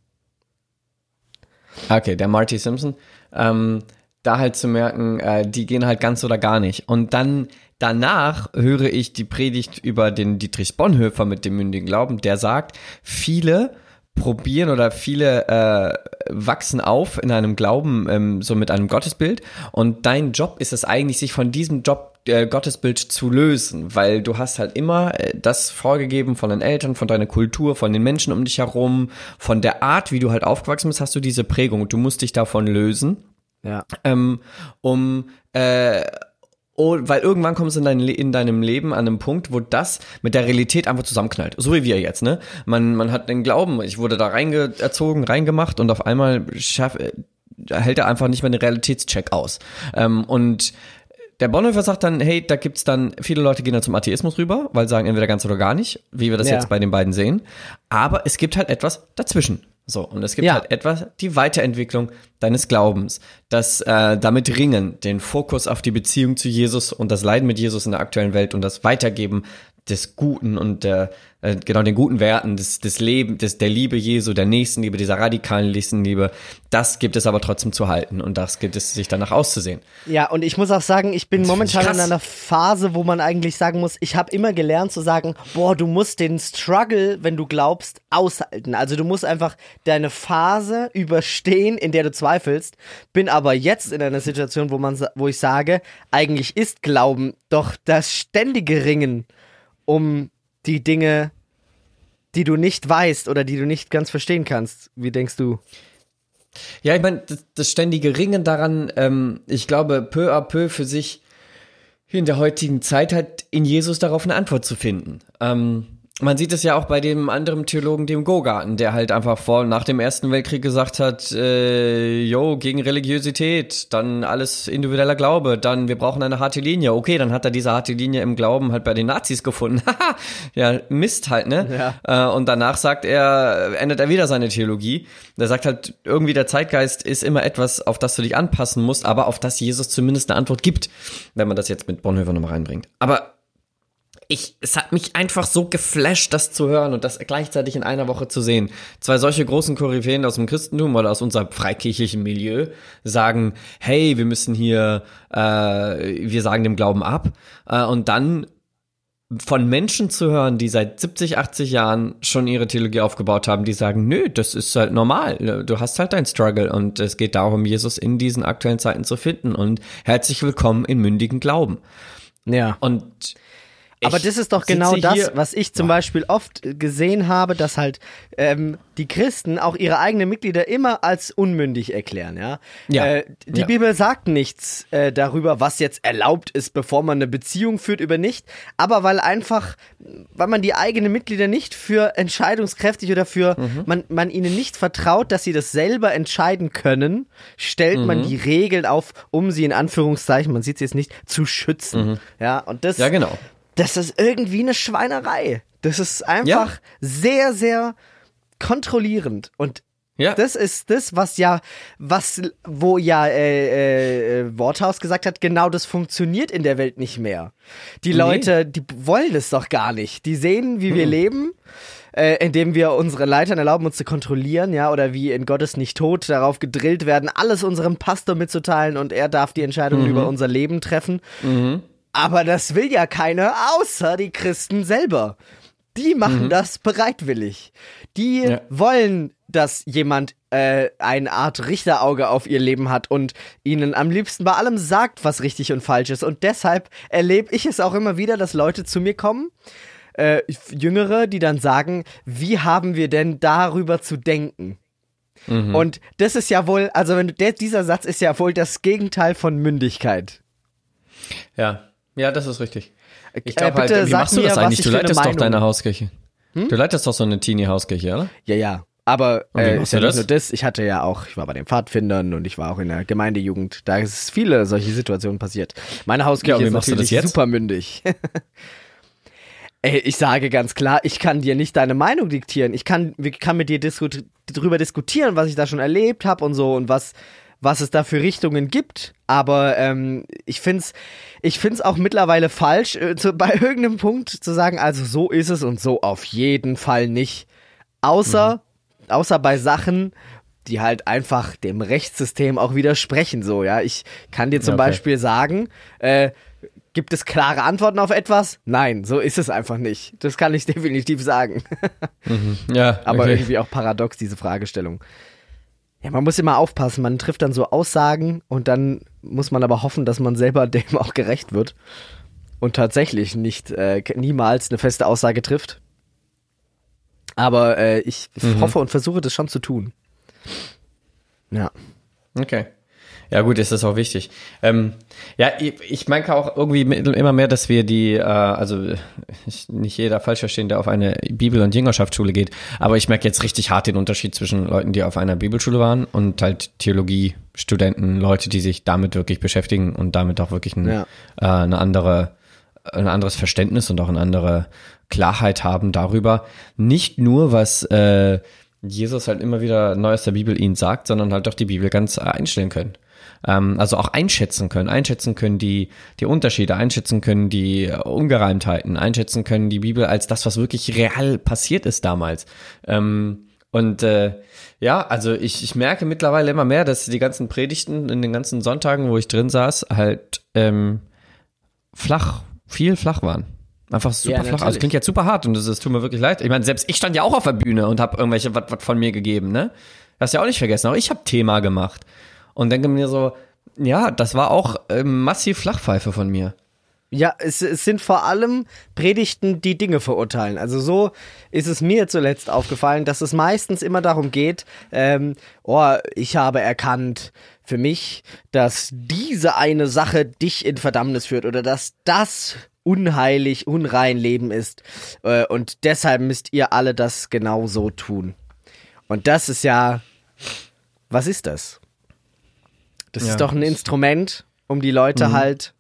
Okay, der Marty Simpson, ähm, da halt zu merken, äh, die gehen halt ganz oder gar nicht. Und dann danach höre ich die Predigt über den Dietrich Bonhoeffer mit dem mündigen Glauben, der sagt, viele probieren oder viele äh, wachsen auf in einem Glauben, ähm, so mit einem Gottesbild, und dein Job ist es eigentlich, sich von diesem Job äh, Gottesbild zu lösen, weil du hast halt immer äh, das vorgegeben von deinen Eltern, von deiner Kultur, von den Menschen um dich herum, von der Art, wie du halt aufgewachsen bist, hast du diese Prägung und du musst dich davon lösen,
Ja.
ähm, um äh, oh, weil irgendwann kommst du in, dein, Le- in deinem Leben an einen Punkt, wo das mit der Realität einfach zusammenknallt. So wie wir jetzt, ne? Man, man hat den Glauben, ich wurde da reingezogen, reingemacht, und auf einmal schaff, äh, hält er einfach nicht mehr den Realitätscheck aus. Ähm, und der Bonhoeffer sagt dann, hey, da gibt's dann, viele Leute gehen dann zum Atheismus rüber, weil sie sagen entweder ganz oder gar nicht, wie wir das
Ja.
jetzt bei den beiden sehen. Aber es gibt halt etwas dazwischen. So, und es gibt
Ja.
halt etwas, die Weiterentwicklung deines Glaubens, das äh, damit ringen, den Fokus auf die Beziehung zu Jesus und das Leiden mit Jesus in der aktuellen Welt und das Weitergeben des Guten und der, äh, genau den guten Werten des, des Lebens, des, der Liebe Jesu, der Nächstenliebe, dieser radikalen Nächstenliebe, das gibt es aber trotzdem zu halten und das gibt es sich danach auszusehen.
Ja, und ich muss auch sagen, ich bin
Das find ich
momentan in
krass.
einer Phase, wo man eigentlich sagen muss, ich habe immer gelernt zu sagen, boah, du musst den Struggle, wenn du glaubst, aushalten. Also du musst einfach deine Phase überstehen, in der du zweifelst. Bin aber jetzt in einer Situation, wo man, sa- wo ich sage, eigentlich ist Glauben doch das ständige Ringen um die Dinge, die du nicht weißt oder die du nicht ganz verstehen kannst? Wie denkst du?
Ja, ich meine, das, das ständige Ringen daran, ähm, ich glaube, peu à peu für sich in der heutigen Zeit halt in Jesus darauf eine Antwort zu finden. Ähm, man sieht es ja auch bei dem anderen Theologen, dem Gogarten, der halt einfach vor und nach dem Ersten Weltkrieg gesagt hat, äh, yo, gegen Religiosität, dann alles individueller Glaube, dann wir brauchen eine harte Linie. Okay, dann hat er diese harte Linie im Glauben halt bei den Nazis gefunden. Ja, Mist halt, ne? Ja. Äh, und danach sagt er, ändert er wieder seine Theologie. Der sagt halt, irgendwie der Zeitgeist ist immer etwas, auf das du dich anpassen musst, aber auf das Jesus zumindest eine Antwort gibt, wenn man das jetzt mit Bonhoeffer nochmal reinbringt. Aber Ich, es hat mich einfach so geflasht, das zu hören und das gleichzeitig in einer Woche zu sehen. Zwei solche großen Koryphäen aus dem Christentum oder aus unserem freikirchlichen Milieu sagen, hey, wir müssen hier, äh, wir sagen dem Glauben ab. Äh, und dann von Menschen zu hören, die seit siebzig, achtzig Jahren schon ihre Theologie aufgebaut haben, die sagen, nö, das ist halt normal. Du hast halt dein Struggle und es geht darum, Jesus in diesen aktuellen Zeiten zu finden und herzlich willkommen in mündigen Glauben.
Ja.
Und
aber das ist doch genau das, was ich zum Beispiel oft gesehen habe, dass halt ähm, die Christen auch ihre eigenen Mitglieder immer als unmündig erklären, ja.
Ja.
Äh, die
ja.
Bibel sagt nichts äh, darüber, was jetzt erlaubt ist, bevor man eine Beziehung führt, über nicht, aber weil einfach, weil man die eigenen Mitglieder nicht für entscheidungskräftig oder für, mhm. man, man ihnen nicht vertraut, dass sie das selber entscheiden können, stellt mhm. man die Regeln auf, um sie in Anführungszeichen, man sieht es jetzt nicht, zu schützen, mhm. ja. Und das,
ja, genau.
Das ist irgendwie eine Schweinerei. Das ist einfach ja. sehr, sehr kontrollierend. Und ja. das ist das, was ja, was, wo ja äh, äh, Worthaus gesagt hat, genau das funktioniert in der Welt nicht mehr. Die nee. Leute, die wollen es doch gar nicht. Die sehen, wie hm. wir leben, äh, indem wir unsere Leitern erlauben, uns zu kontrollieren, ja, oder wie in Gott ist nicht tot, darauf gedrillt werden, alles unserem Pastor mitzuteilen und er darf die Entscheidungen mhm. über unser Leben treffen. Mhm. Aber das will ja keiner, außer die Christen selber. Die machen mhm. das bereitwillig. Die ja. wollen, dass jemand äh, eine Art Richterauge auf ihr Leben hat und ihnen am liebsten bei allem sagt, was richtig und falsch ist. Und deshalb erlebe ich es auch immer wieder, dass Leute zu mir kommen, äh, Jüngere, die dann sagen, wie haben wir denn darüber zu denken? Mhm. Und das ist ja wohl, also wenn du, der, dieser Satz ist ja wohl das Gegenteil von Mündigkeit.
Ja. Ja, das ist richtig. Ich
glaube
äh, halt, wie machst du das mir, eigentlich? Du leitest doch deine Hauskirche. Hm? Du leitest doch so eine Teenie-Hauskirche, oder?
Ja, ja. Aber äh, ist ja nicht nur das. Ich hatte ja auch, ich war bei den Pfadfindern und ich war auch in der Gemeindejugend. Da ist viele solche Situationen passiert. Meine Hauskirche ja, ist natürlich super mündig. Ey, ich sage ganz klar, ich kann dir nicht deine Meinung diktieren. Ich kann, ich kann mit dir disku- drüber diskutieren, was ich da schon erlebt habe und so und was was es da für Richtungen gibt, aber ähm, ich find's, ich find's auch mittlerweile falsch, äh, zu, bei irgendeinem Punkt zu sagen, also so ist es und so auf jeden Fall nicht. Außer, mhm. außer bei Sachen, die halt einfach dem Rechtssystem auch widersprechen, so, ja. Ich kann dir zum okay. Beispiel sagen, äh, gibt es klare Antworten auf etwas? Nein, so ist es einfach nicht. Das kann ich definitiv sagen.
mhm. Ja,
aber
okay.
irgendwie auch paradox, diese Fragestellung. Ja, man muss immer aufpassen, man trifft dann so Aussagen und dann muss man aber hoffen, dass man selber dem auch gerecht wird und tatsächlich nicht, äh, niemals eine feste Aussage trifft. Aber äh, ich mhm. hoffe und versuche das schon zu tun. Ja.
Okay. Ja gut, ist das auch wichtig. Ähm, ja, ich, ich merke auch irgendwie immer mehr, dass wir die, äh, also ich, nicht jeder falsch verstehen, der auf eine Bibel- und Jüngerschaftsschule geht, aber ich merke jetzt richtig hart den Unterschied zwischen Leuten, die auf einer Bibelschule waren und halt Theologiestudenten, Leute, die sich damit wirklich beschäftigen und damit auch wirklich ein, ja. äh, eine andere, ein anderes Verständnis und auch eine andere Klarheit haben darüber. Nicht nur, was äh, Jesus halt immer wieder neu aus der Bibel ihnen sagt, sondern halt auch die Bibel ganz einstellen können. Ähm, also auch einschätzen können, einschätzen können die, die Unterschiede, einschätzen können die Ungereimtheiten, einschätzen können die Bibel als das, was wirklich real passiert ist damals. Ähm, und äh, ja, also ich, ich merke mittlerweile immer mehr, dass die ganzen Predigten in den ganzen Sonntagen, wo ich drin saß, halt ähm, flach, viel flach waren. Einfach super ja, flach. Also klingt jetzt super hart und es tut mir wirklich leid. Ich meine, selbst ich stand ja auch auf der Bühne und habe irgendwelche was von mir gegeben, ne? Das hast du ja auch nicht vergessen. Auch ich habe Thema gemacht. Und denke mir so, ja, das war auch äh, massiv Flachpfeife von mir.
Ja, es, es sind vor allem Predigten, die Dinge verurteilen. Also so ist es mir zuletzt aufgefallen, dass es meistens immer darum geht, ähm, oh, ich habe erkannt für mich, dass diese eine Sache dich in Verdammnis führt oder dass das unheilig, unrein Leben ist. Äh, und deshalb müsst ihr alle das genauso tun. Und das ist ja, was ist das? Das
Ja.
ist doch ein Instrument, um die Leute
Mhm.
halt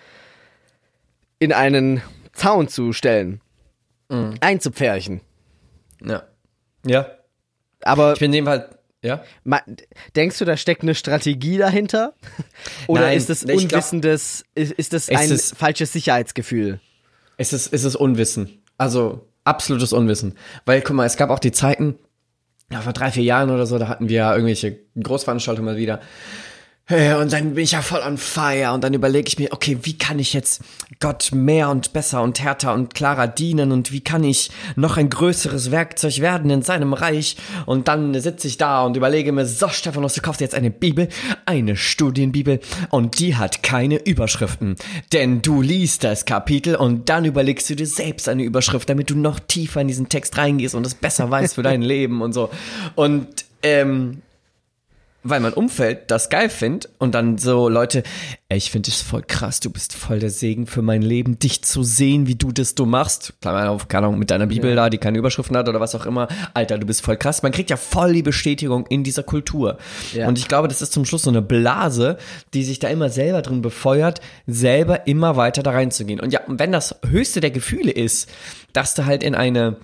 in einen Zaun zu stellen,
Mhm.
einzupferchen.
Ja. Ja.
Aber
Ich bin in dem Fall, ja.
ma- denkst du, da steckt eine Strategie dahinter? Oder
Nein,
ist es
ich glaub-
unwissendes, ist, ist es
Es
ein
ist-
falsches Sicherheitsgefühl?
Es ist, es ist Unwissen. Also absolutes Unwissen. Weil, guck mal, es gab auch die Zeiten, ja, vor drei, vier Jahren oder so, da hatten wir ja irgendwelche Großveranstaltungen mal wieder. Äh, Und dann bin ich ja voll on fire und dann überlege ich mir, okay, wie kann ich jetzt Gott mehr und besser und härter und klarer dienen und wie kann ich noch ein größeres Werkzeug werden in seinem Reich? Und dann sitze ich da und überlege mir, so Stephanus, du kaufst jetzt eine Bibel, eine Studienbibel und die hat keine Überschriften, denn du liest das Kapitel und dann überlegst du dir selbst eine Überschrift, damit du noch tiefer in diesen Text reingehst und es besser weißt für dein Leben und so. Und ähm weil mein Umfeld das geil findet und dann so Leute, ey, ich finde es voll krass, du bist voll der Segen für mein Leben, dich zu sehen, wie du das du machst. Klar, auf, keine Ahnung, mit deiner Bibel
Ja.
da, die keine Überschriften hat oder was auch immer. Alter, du bist voll krass. Man kriegt ja voll die Bestätigung in dieser Kultur.
Ja.
Und ich glaube, das ist zum Schluss so eine Blase, die sich da immer selber drin befeuert, selber immer weiter da reinzugehen. Und ja, und wenn das höchste der Gefühle ist, dass du halt in eine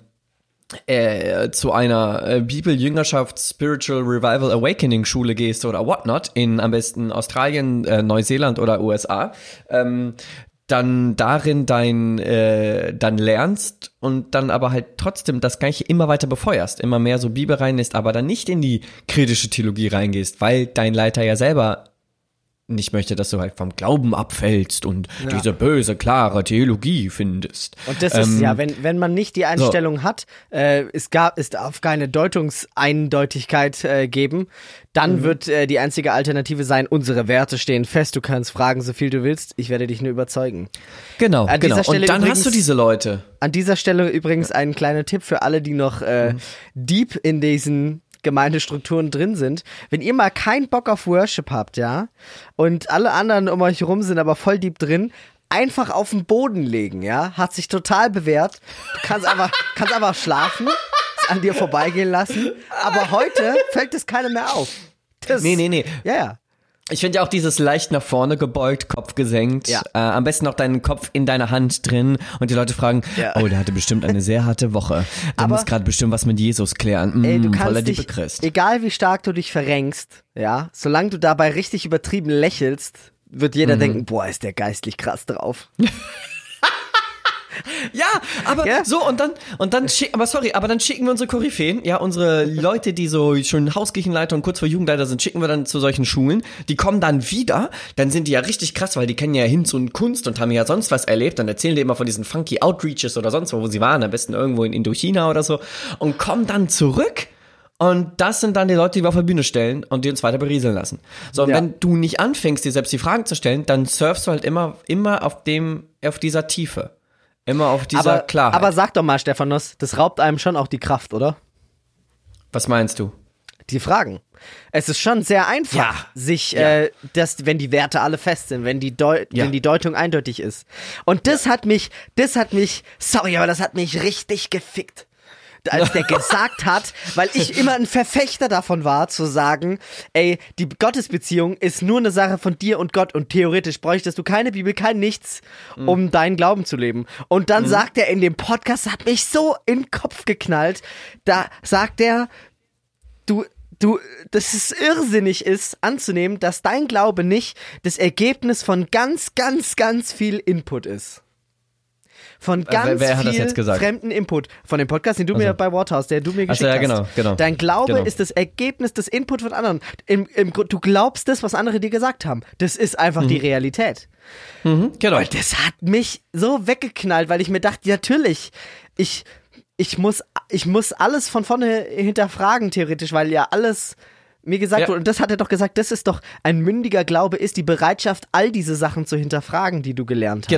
Äh, zu einer äh, Bibel-Jüngerschaft Spiritual Revival Awakening Schule gehst oder whatnot, in am besten Australien, äh, Neuseeland oder U S A, ähm, dann darin dein, äh, dann lernst und dann aber halt trotzdem das Gleiche immer weiter befeuerst, immer mehr so Bibel reinlässt, aber dann nicht in die kritische Theologie reingehst, weil dein Leiter ja selber nicht möchte, dass du halt vom Glauben abfällst und
Ja.
diese böse, klare Theologie findest.
Und das ist
Ähm,
ja, wenn, wenn man nicht die Einstellung hat, äh, es gab, es darf keine Deutungseindeutigkeit äh, geben, dann
Mhm.
wird äh, die einzige Alternative sein, unsere Werte stehen fest, du kannst fragen, so viel du willst, ich werde dich nur überzeugen.
Genau,
An
genau.
dieser Stelle
Und dann
übrigens-
hast du diese Leute.
An dieser Stelle übrigens ein kleiner Tipp für alle, die noch äh, deep in diesen Gemeindestrukturen drin sind. Wenn ihr mal keinen Bock auf Worship habt, ja, und alle anderen um euch rum sind aber voll deep drin, einfach auf den Boden legen, ja, hat sich total bewährt. Du kannst einfach, kannst einfach schlafen, es an dir vorbeigehen lassen, aber heute fällt es keinem mehr auf. Das,
Nee, nee, nee.
Ja, ja.
Ich finde ja auch dieses leicht nach vorne gebeugt, Kopf gesenkt,
Ja.
äh, am besten noch deinen Kopf in deiner Hand drin und die Leute fragen,
Ja.
oh, der hatte bestimmt eine sehr harte Woche. Der
Aber-
muss gerade bestimmt was mit Jesus klären. Mm,
Ey, du
voller
kannst
Liebe
dich,
Christ.
egal wie stark du dich verrenkst, ja, solange du dabei richtig übertrieben lächelst, wird jeder
Mhm.
denken, boah, ist der geistlich krass drauf.
Ja, aber
Ja.
so und dann und dann schick, aber sorry, aber dann schicken wir unsere Koryphäen, ja, unsere Leute, die so schon Hauskirchenleiter und kurz vor Jugendleiter sind, schicken wir dann zu solchen Schulen. Die kommen dann wieder, dann sind die ja richtig krass, weil die kennen ja Hinz und Kunst und haben ja sonst was erlebt. Dann erzählen die immer von diesen funky Outreaches oder sonst wo, wo sie waren, am besten irgendwo in Indochina oder so und kommen dann zurück. Und das sind dann die Leute, die wir auf der Bühne stellen und die uns weiter berieseln lassen. So, und
Ja.
wenn du nicht anfängst, dir selbst die Fragen zu stellen, dann surfst du halt immer, immer auf dem, auf dieser Tiefe. Immer auf dieser
aber,
Klarheit.
aber sag doch mal, Stephanus, das raubt einem schon auch die Kraft, oder?
Was meinst du?
Die Fragen. Es ist schon sehr einfach,
Ja.
sich,
Ja.
äh, das, wenn die Werte alle fest sind, wenn die, Deu
Ja.
wenn die Deutung eindeutig ist. Und das hat mich, das hat mich, sorry, aber das hat mich richtig gefickt. Als der gesagt hat, weil ich immer ein Verfechter davon war, zu sagen, ey, die Gottesbeziehung ist nur eine Sache von dir und Gott und theoretisch bräuchtest du keine Bibel, kein nichts, um deinen Glauben zu leben. Und dann sagt er in dem Podcast, das hat mich so in den Kopf geknallt, da sagt er, du, du, dass es irrsinnig ist, anzunehmen, dass dein Glaube nicht das Ergebnis von ganz, ganz, ganz viel Input ist. Von ganz
wer- wer hat
viel
das jetzt gesagt?
fremden Input. Von dem Podcast, den du mir bei Waterhouse, der du mir
Ach so,
geschickt
ja, genau,
hast.
genau.
Dein Glaube
Genau.
ist das Ergebnis des Input von anderen. Im, im, Grund- du glaubst das, was andere dir gesagt haben. Das ist einfach die Realität.
Genau.
Und das hat mich so weggeknallt, weil ich mir dachte, natürlich, ich, ich, muss, ich muss alles von vorne hinterfragen, theoretisch, weil ja alles mir gesagt
Ja.
wurde. Und das hat er doch gesagt, das ist doch ein mündiger Glaube, ist die Bereitschaft, all diese Sachen zu hinterfragen, die du gelernt hast.
Genau.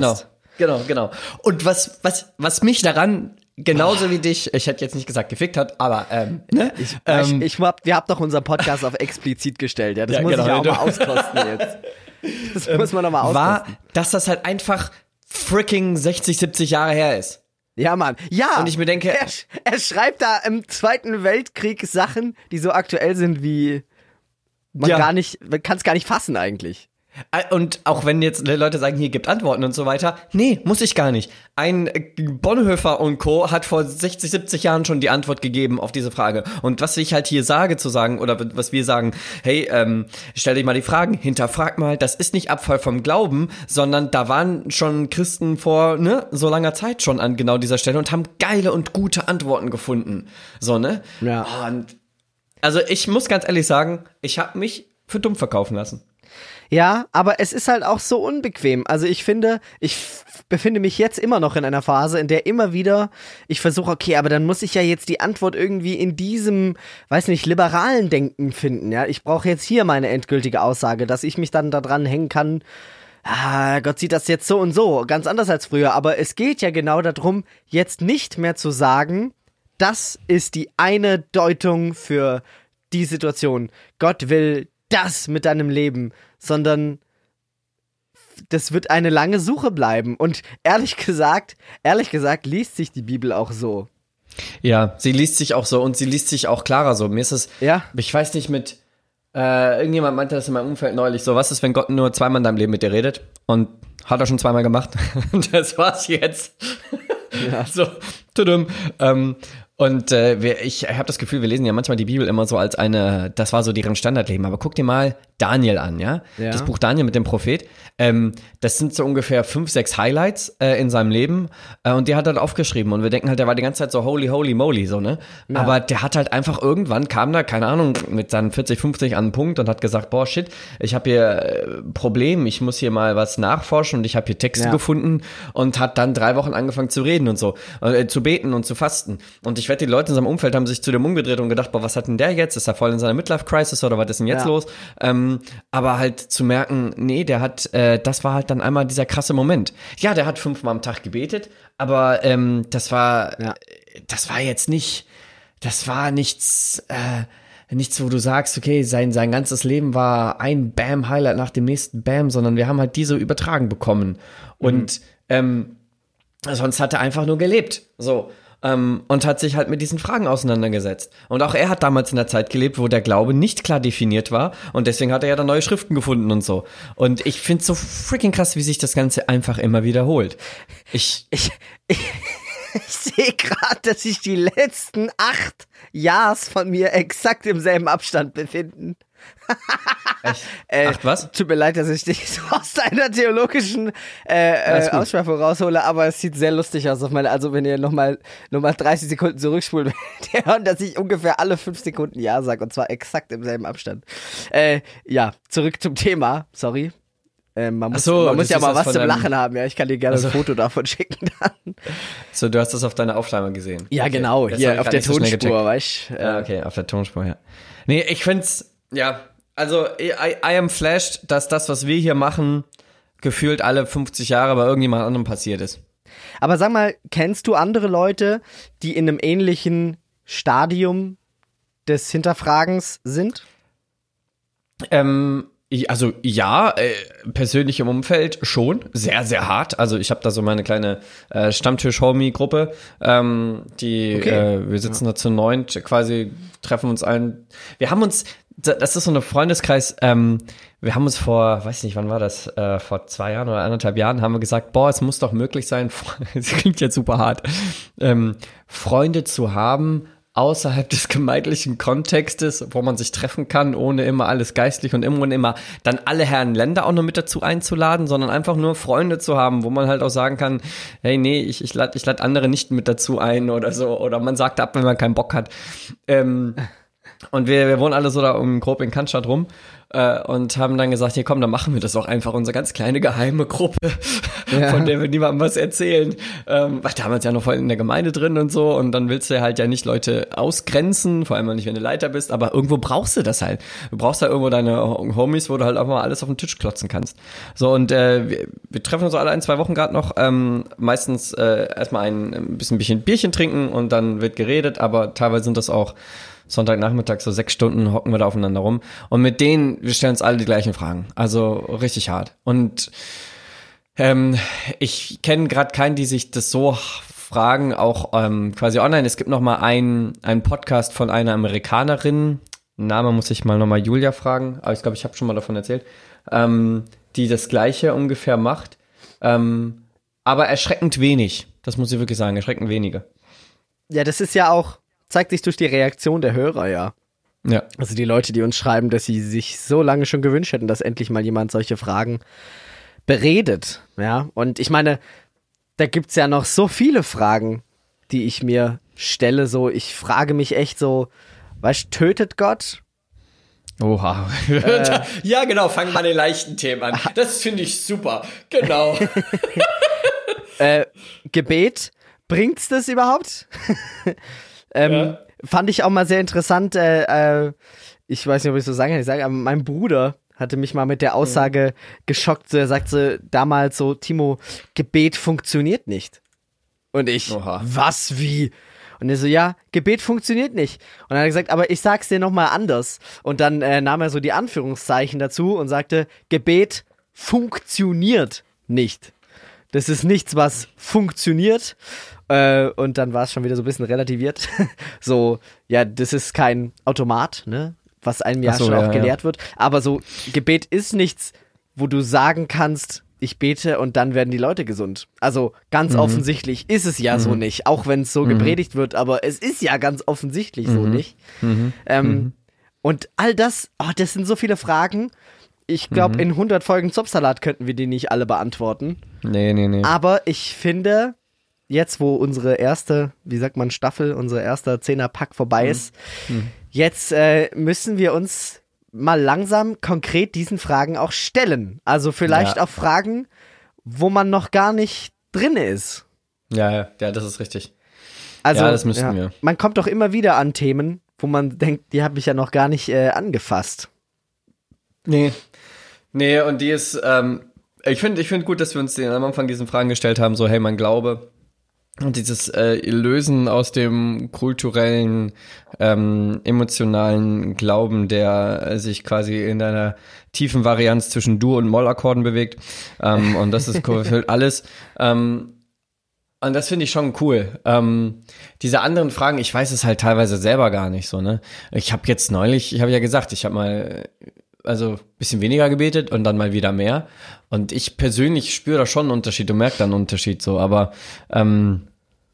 Genau, genau. Und was, was, was mich daran genauso wie dich, ich hätte jetzt nicht gesagt gefickt hat, aber ähm, ne?
Ich,
ähm,
ich, ich hab, wir haben doch unseren Podcast auf explizit gestellt, ja. Das
Ja,
muss
genau,
ich ja auch
du-
mal auskosten jetzt. Das muss man noch mal
war,
auskosten.
dass das halt einfach freaking sechzig, siebzig Jahre her ist.
Ja, Mann. Ja.
Und ich mir denke-
er, er schreibt da im Zweiten Weltkrieg Sachen, die so aktuell sind wie man
Ja.
gar nicht, man kann es gar nicht fassen eigentlich.
Und auch wenn jetzt Leute sagen, hier gibt Antworten und so weiter, nee, muss ich gar nicht. Ein äh, Bonhoeffer und Co. hat vor sechzig, siebzig Jahren schon die Antwort gegeben auf diese Frage. Und was ich halt hier sage zu sagen, oder was wir sagen, hey, ähm, stell dich mal die Fragen, hinterfrag mal, das ist nicht Abfall vom Glauben, sondern da waren schon Christen vor, ne, so langer Zeit schon an genau dieser Stelle und haben geile und gute Antworten gefunden. So, ne?
Ja.
Und also ich muss ganz ehrlich sagen, ich habe mich für dumm verkaufen lassen.
Ja, aber es ist halt auch so unbequem. Also ich finde, ich f- befinde mich jetzt immer noch in einer Phase, in der immer wieder ich versuche, okay, aber dann muss ich ja jetzt die Antwort irgendwie in diesem, weiß nicht, liberalen Denken finden. Ja, ich brauche jetzt hier meine endgültige Aussage, dass ich mich dann da dran hängen kann. Ah, Gott sieht das jetzt so und so, ganz anders als früher. Aber es geht ja genau darum, jetzt nicht mehr zu sagen, das ist die eine Deutung für die Situation. Gott will das mit deinem Leben, sondern das wird eine lange Suche bleiben. Und ehrlich gesagt, ehrlich gesagt, liest sich die Bibel auch so.
Ja, sie liest sich auch so und sie liest sich auch klarer so. Mir ist es,
Ja.
ich weiß nicht, mit, äh, irgendjemand meinte das in meinem Umfeld neulich so, was ist, wenn Gott nur zweimal in deinem Leben mit dir redet? Und hat er schon zweimal gemacht. Und das war's jetzt.
Ja.
So, tudum. Ähm, und äh, wir, ich habe das Gefühl, wir lesen ja manchmal die Bibel immer so als eine, das war so deren Standardleben. Aber guck dir mal Daniel an, ja?
Ja.
Das Buch Daniel mit dem Prophet. Ähm, das sind so ungefähr fünf, sechs Highlights äh, in seinem Leben. Äh, und die hat er halt aufgeschrieben. Und wir denken halt, der war die ganze Zeit so holy, holy moly, so, ne?
Ja.
Aber der hat halt einfach irgendwann, kam da, keine Ahnung, mit seinen vierzig, fünfzig an einen Punkt und hat gesagt, boah, shit, ich habe hier äh, Problem, ich muss hier mal was nachforschen und ich habe hier Texte
Ja.
gefunden und hat dann drei Wochen angefangen zu reden und so, äh, zu beten und zu fasten. Und ich wette, die Leute in seinem Umfeld haben sich zu dem umgedreht und gedacht, boah, was hat denn der jetzt? Ist er voll in seiner Midlife-Crisis oder was ist denn jetzt
Ja.
los? Ähm, aber halt zu merken, nee, der hat, äh, das war halt dann einmal dieser krasse Moment. Ja, der hat fünfmal am Tag gebetet, aber ähm, das war,
Ja.
das war jetzt nicht, das war nichts, äh, nichts, wo du sagst, okay, sein, sein ganzes Leben war ein Bam-Highlight nach dem nächsten Bam, sondern wir haben halt diese übertragen bekommen. Und ähm, sonst hat er einfach nur gelebt. So. Ähm, und hat sich halt mit diesen Fragen auseinandergesetzt. Und auch er hat damals in der Zeit gelebt, wo der Glaube nicht klar definiert war. Und deswegen hat er ja dann neue Schriften gefunden und so. Und ich find's so freaking krass, wie sich das Ganze einfach immer wiederholt. Ich,
Ich, ich, ich sehe gerade, dass sich die letzten acht Jahres von mir exakt im selben Abstand befinden.
echt,
Äh,
ach was?
Tut mir leid, dass ich dich so aus deiner theologischen äh,
Alles
äh,
gut.
Aussprache raushole, aber es sieht sehr lustig aus auf meine, also wenn ihr nochmal noch mal dreißig Sekunden zurückspult, werdet ihr hören, dass ich ungefähr alle fünf Sekunden Ja sage und zwar exakt im selben Abstand. Äh, ja, zurück zum Thema, sorry. Äh, man muss,
Ach so,
man muss
du
ja
siehst
mal
das
was
von
zum
deinem-
Lachen haben, ja, ich kann dir gerne
Also-
ein Foto davon schicken dann.
So, du hast das auf deiner Aufnahme gesehen.
Ja,
Okay.
genau,
Das hab
hier
ich
auf
grad
der
nicht so schnell
Tonspur,
gecheckt.
weißt du.
Ja,
Äh,
okay, auf der Tonspur, ja. Nee, ich find's, ja, also I, I am flashed, dass das, was wir hier machen, gefühlt alle fünfzig Jahre bei irgendjemand anderem passiert ist.
Aber sag mal, kennst du andere Leute, die in einem ähnlichen Stadium des Hinterfragens sind?
Ähm, ich- also ja, äh, persönlich im Umfeld schon, sehr, sehr hart. Also ich habe da so meine kleine äh, Stammtisch-Homie-Gruppe, ähm, die,
Okay.
äh, wir sitzen da zu neunt, quasi treffen uns allen. Wir haben uns, das ist so eine Freundeskreis, ähm, wir haben uns vor, weiß nicht, wann war das, äh, vor zwei Jahren oder anderthalb Jahren, haben wir gesagt, boah, es muss doch möglich sein, es klingt jetzt super hart, ähm, Freunde zu haben, außerhalb des gemeinlichen Kontextes, wo man sich treffen kann, ohne immer alles geistlich und immer und immer dann alle Herren Länder auch noch mit dazu einzuladen, sondern einfach nur Freunde zu haben, wo man halt auch sagen kann, hey, nee, ich, ich lade ich lad andere nicht mit dazu ein oder so, oder man sagt ab, wenn man keinen Bock hat. Ähm, und wir, wir wohnen alle so da um grob in Cannstatt rum äh, und haben dann gesagt, hier komm, dann machen wir das auch einfach, unsere ganz kleine geheime Gruppe. ja. von der wir niemandem was erzählen. Ähm, war damals ja noch voll in der Gemeinde drin und so und dann willst du halt ja nicht Leute ausgrenzen, vor allem nicht, wenn du Leiter bist, aber irgendwo brauchst du das halt. Du brauchst halt irgendwo deine Homies, wo du halt auch mal alles auf den Tisch klotzen kannst. So und äh, wir, wir treffen uns so alle ein, zwei Wochen gerade noch, ähm, meistens äh, erstmal ein, ein bisschen, bisschen Bierchen trinken und dann wird geredet, aber teilweise sind das auch Sonntagnachmittag, so sechs Stunden hocken wir da aufeinander rum. Und mit denen, wir stellen uns alle die gleichen Fragen. Also richtig hart. Und ähm, ich kenne gerade keinen, die sich das so fragen, auch ähm, quasi online. Es gibt noch mal einen, einen Podcast von einer Amerikanerin, Name muss ich mal noch mal Julia fragen, aber ich glaube, ich habe schon mal davon erzählt, ähm, die das Gleiche ungefähr macht. Ähm, aber erschreckend wenig. Das muss ich wirklich sagen, erschreckend wenige.
Ja, das ist ja auch, zeigt sich durch die Reaktion der Hörer, ja.
Ja.
Also die Leute, die uns schreiben, dass sie sich so lange schon gewünscht hätten, dass endlich mal jemand solche Fragen beredet, ja. Und ich meine, da gibt's ja noch so viele Fragen, die ich mir stelle, so, ich frage mich echt so, weißt du, tötet Gott?
Oha. Äh, ja, genau, fangen wir an den leichten Themen an. Das finde ich super. Genau.
äh, Gebet, bringt's das überhaupt? ähm, ja. Fand ich auch mal sehr interessant. Äh, äh, ich weiß nicht, ob ich so sagen kann. Ich sage, aber mein Bruder hatte mich mal mit der Aussage mhm. geschockt. Er sagte damals so, Timo, Gebet funktioniert nicht. Und ich, Oha. was, wie? Und er so, ja, Gebet funktioniert nicht. Und dann hat er gesagt, aber ich sag's dir nochmal anders. Und dann äh, nahm er so die Anführungszeichen dazu und sagte, Gebet funktioniert nicht. Das ist nichts, was funktioniert. Äh, und dann war es schon wieder so ein bisschen relativiert. So, ja, das ist kein Automat, ne? Was einem ja so, schon ja, auch gelehrt ja. wird. Aber so, Gebet ist nichts, wo du sagen kannst, ich bete und dann werden die Leute gesund. Also ganz mhm. offensichtlich ist es ja mhm. so nicht, auch wenn es so mhm. gepredigt wird, aber es ist ja ganz offensichtlich mhm. so nicht.
Mhm.
Ähm,
mhm.
Und all das, oh, das sind so viele Fragen. Ich glaube, mhm. in hundert Folgen Zopfsalat könnten wir die nicht alle beantworten.
Nee, nee, nee.
Aber ich finde, jetzt wo unsere erste, wie sagt man, Staffel, unser erster Zehner-Pack vorbei mhm. ist, mhm. jetzt äh, müssen wir uns mal langsam konkret diesen Fragen auch stellen. Also vielleicht ja. auch Fragen, wo man noch gar nicht drin ist.
Ja, ja, ja, das ist richtig.
Also,
ja, das müssten
ja,
wir.
Man kommt doch immer wieder an Themen, wo man denkt, die habe ich ja noch gar nicht äh, angefasst.
Nee. Nee, und die ist, ähm, ich finde ich finde gut, dass wir uns den, am Anfang diesen Fragen gestellt haben, so, hey, mein Glaube und dieses äh, Lösen aus dem kulturellen, ähm, emotionalen Glauben, der äh, sich quasi in einer tiefen Varianz zwischen Dur- und Mollakkorden bewegt. Ähm, und das ist cool, alles. Ähm, und das finde ich schon cool. Ähm, diese anderen Fragen, ich weiß es halt teilweise selber gar nicht so, ne? Ich habe jetzt neulich, ich habe ja gesagt, ich habe mal also bisschen weniger gebetet und dann mal wieder mehr. Und ich persönlich spüre da schon einen Unterschied und merke da einen Unterschied so. Aber ähm,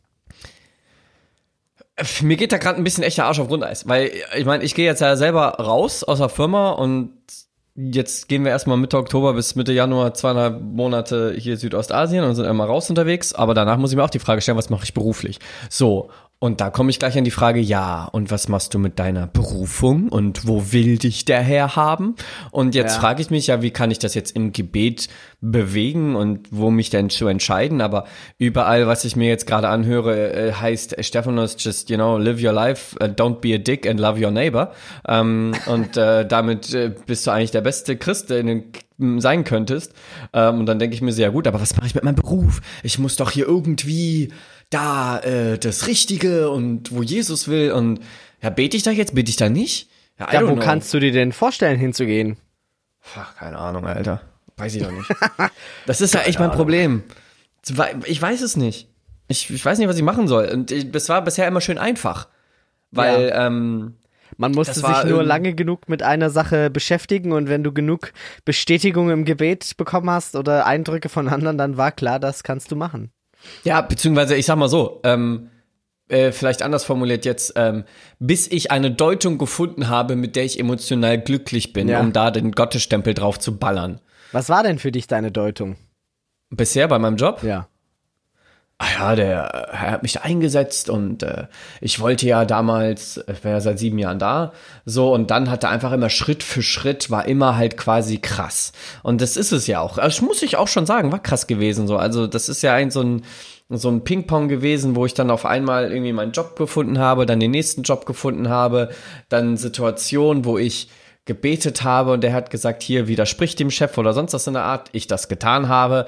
mir geht da gerade ein bisschen echter Arsch auf Grundeis. Weil, ich meine, ich gehe jetzt ja selber raus aus der Firma und jetzt gehen wir erstmal Mitte Oktober bis Mitte Januar zweieinhalb Monate hier Südostasien und sind einmal raus unterwegs. Aber danach muss ich mir auch die Frage stellen, was mache ich beruflich? So. Und da komme ich gleich an die Frage, ja, und was machst du mit deiner Berufung und wo will dich der Herr haben? Und jetzt ja. frage ich mich ja, wie kann ich das jetzt im Gebet bewegen und wo mich denn zu entscheiden? Aber überall, was ich mir jetzt gerade anhöre, heißt Stephanos, just, you know, live your life, don't be a dick and love your neighbor. Ähm, und äh, damit äh, bist du eigentlich der beste Christ, den du sein könntest. Ähm, und dann denke ich mir so, ja gut, aber was mache ich mit meinem Beruf? Ich muss doch hier irgendwie da äh, das Richtige und wo Jesus will und ja, bete ich da jetzt, bete ich da nicht?
Ja, ja wo know. Kannst du dir denn vorstellen hinzugehen?
Ach, keine Ahnung, Alter. Weiß ich doch nicht. Das ist ja echt mein Problem. Ich weiß es nicht. Ich, ich weiß nicht, was ich machen soll. Und das war bisher immer schön einfach. Weil, ja. ähm,
man musste sich nur lange genug mit einer Sache beschäftigen und wenn du genug Bestätigung im Gebet bekommen hast oder Eindrücke von anderen, dann war klar, das kannst du machen.
Ja, beziehungsweise, ich sag mal so, ähm, äh, vielleicht anders formuliert jetzt, ähm, bis ich eine Deutung gefunden habe, mit der ich emotional glücklich bin, ja. um da den Gottesstempel drauf zu ballern.
Was war denn für dich deine Deutung?
Bisher bei meinem Job?
Ja.
ah ja, der er hat mich da eingesetzt und äh, ich wollte ja damals, ich war ja seit sieben Jahren da, so und dann hat er einfach immer Schritt für Schritt, war immer halt quasi krass. Und das ist es ja auch. Das muss ich auch schon sagen, war krass gewesen so. Also das ist ja ein so ein so ein Ping-Pong gewesen, wo ich dann auf einmal irgendwie meinen Job gefunden habe, dann den nächsten Job gefunden habe, dann Situationen, wo ich gebetet habe und der hat gesagt, hier widersprich dem Chef oder sonst was in der Art, ich das getan habe.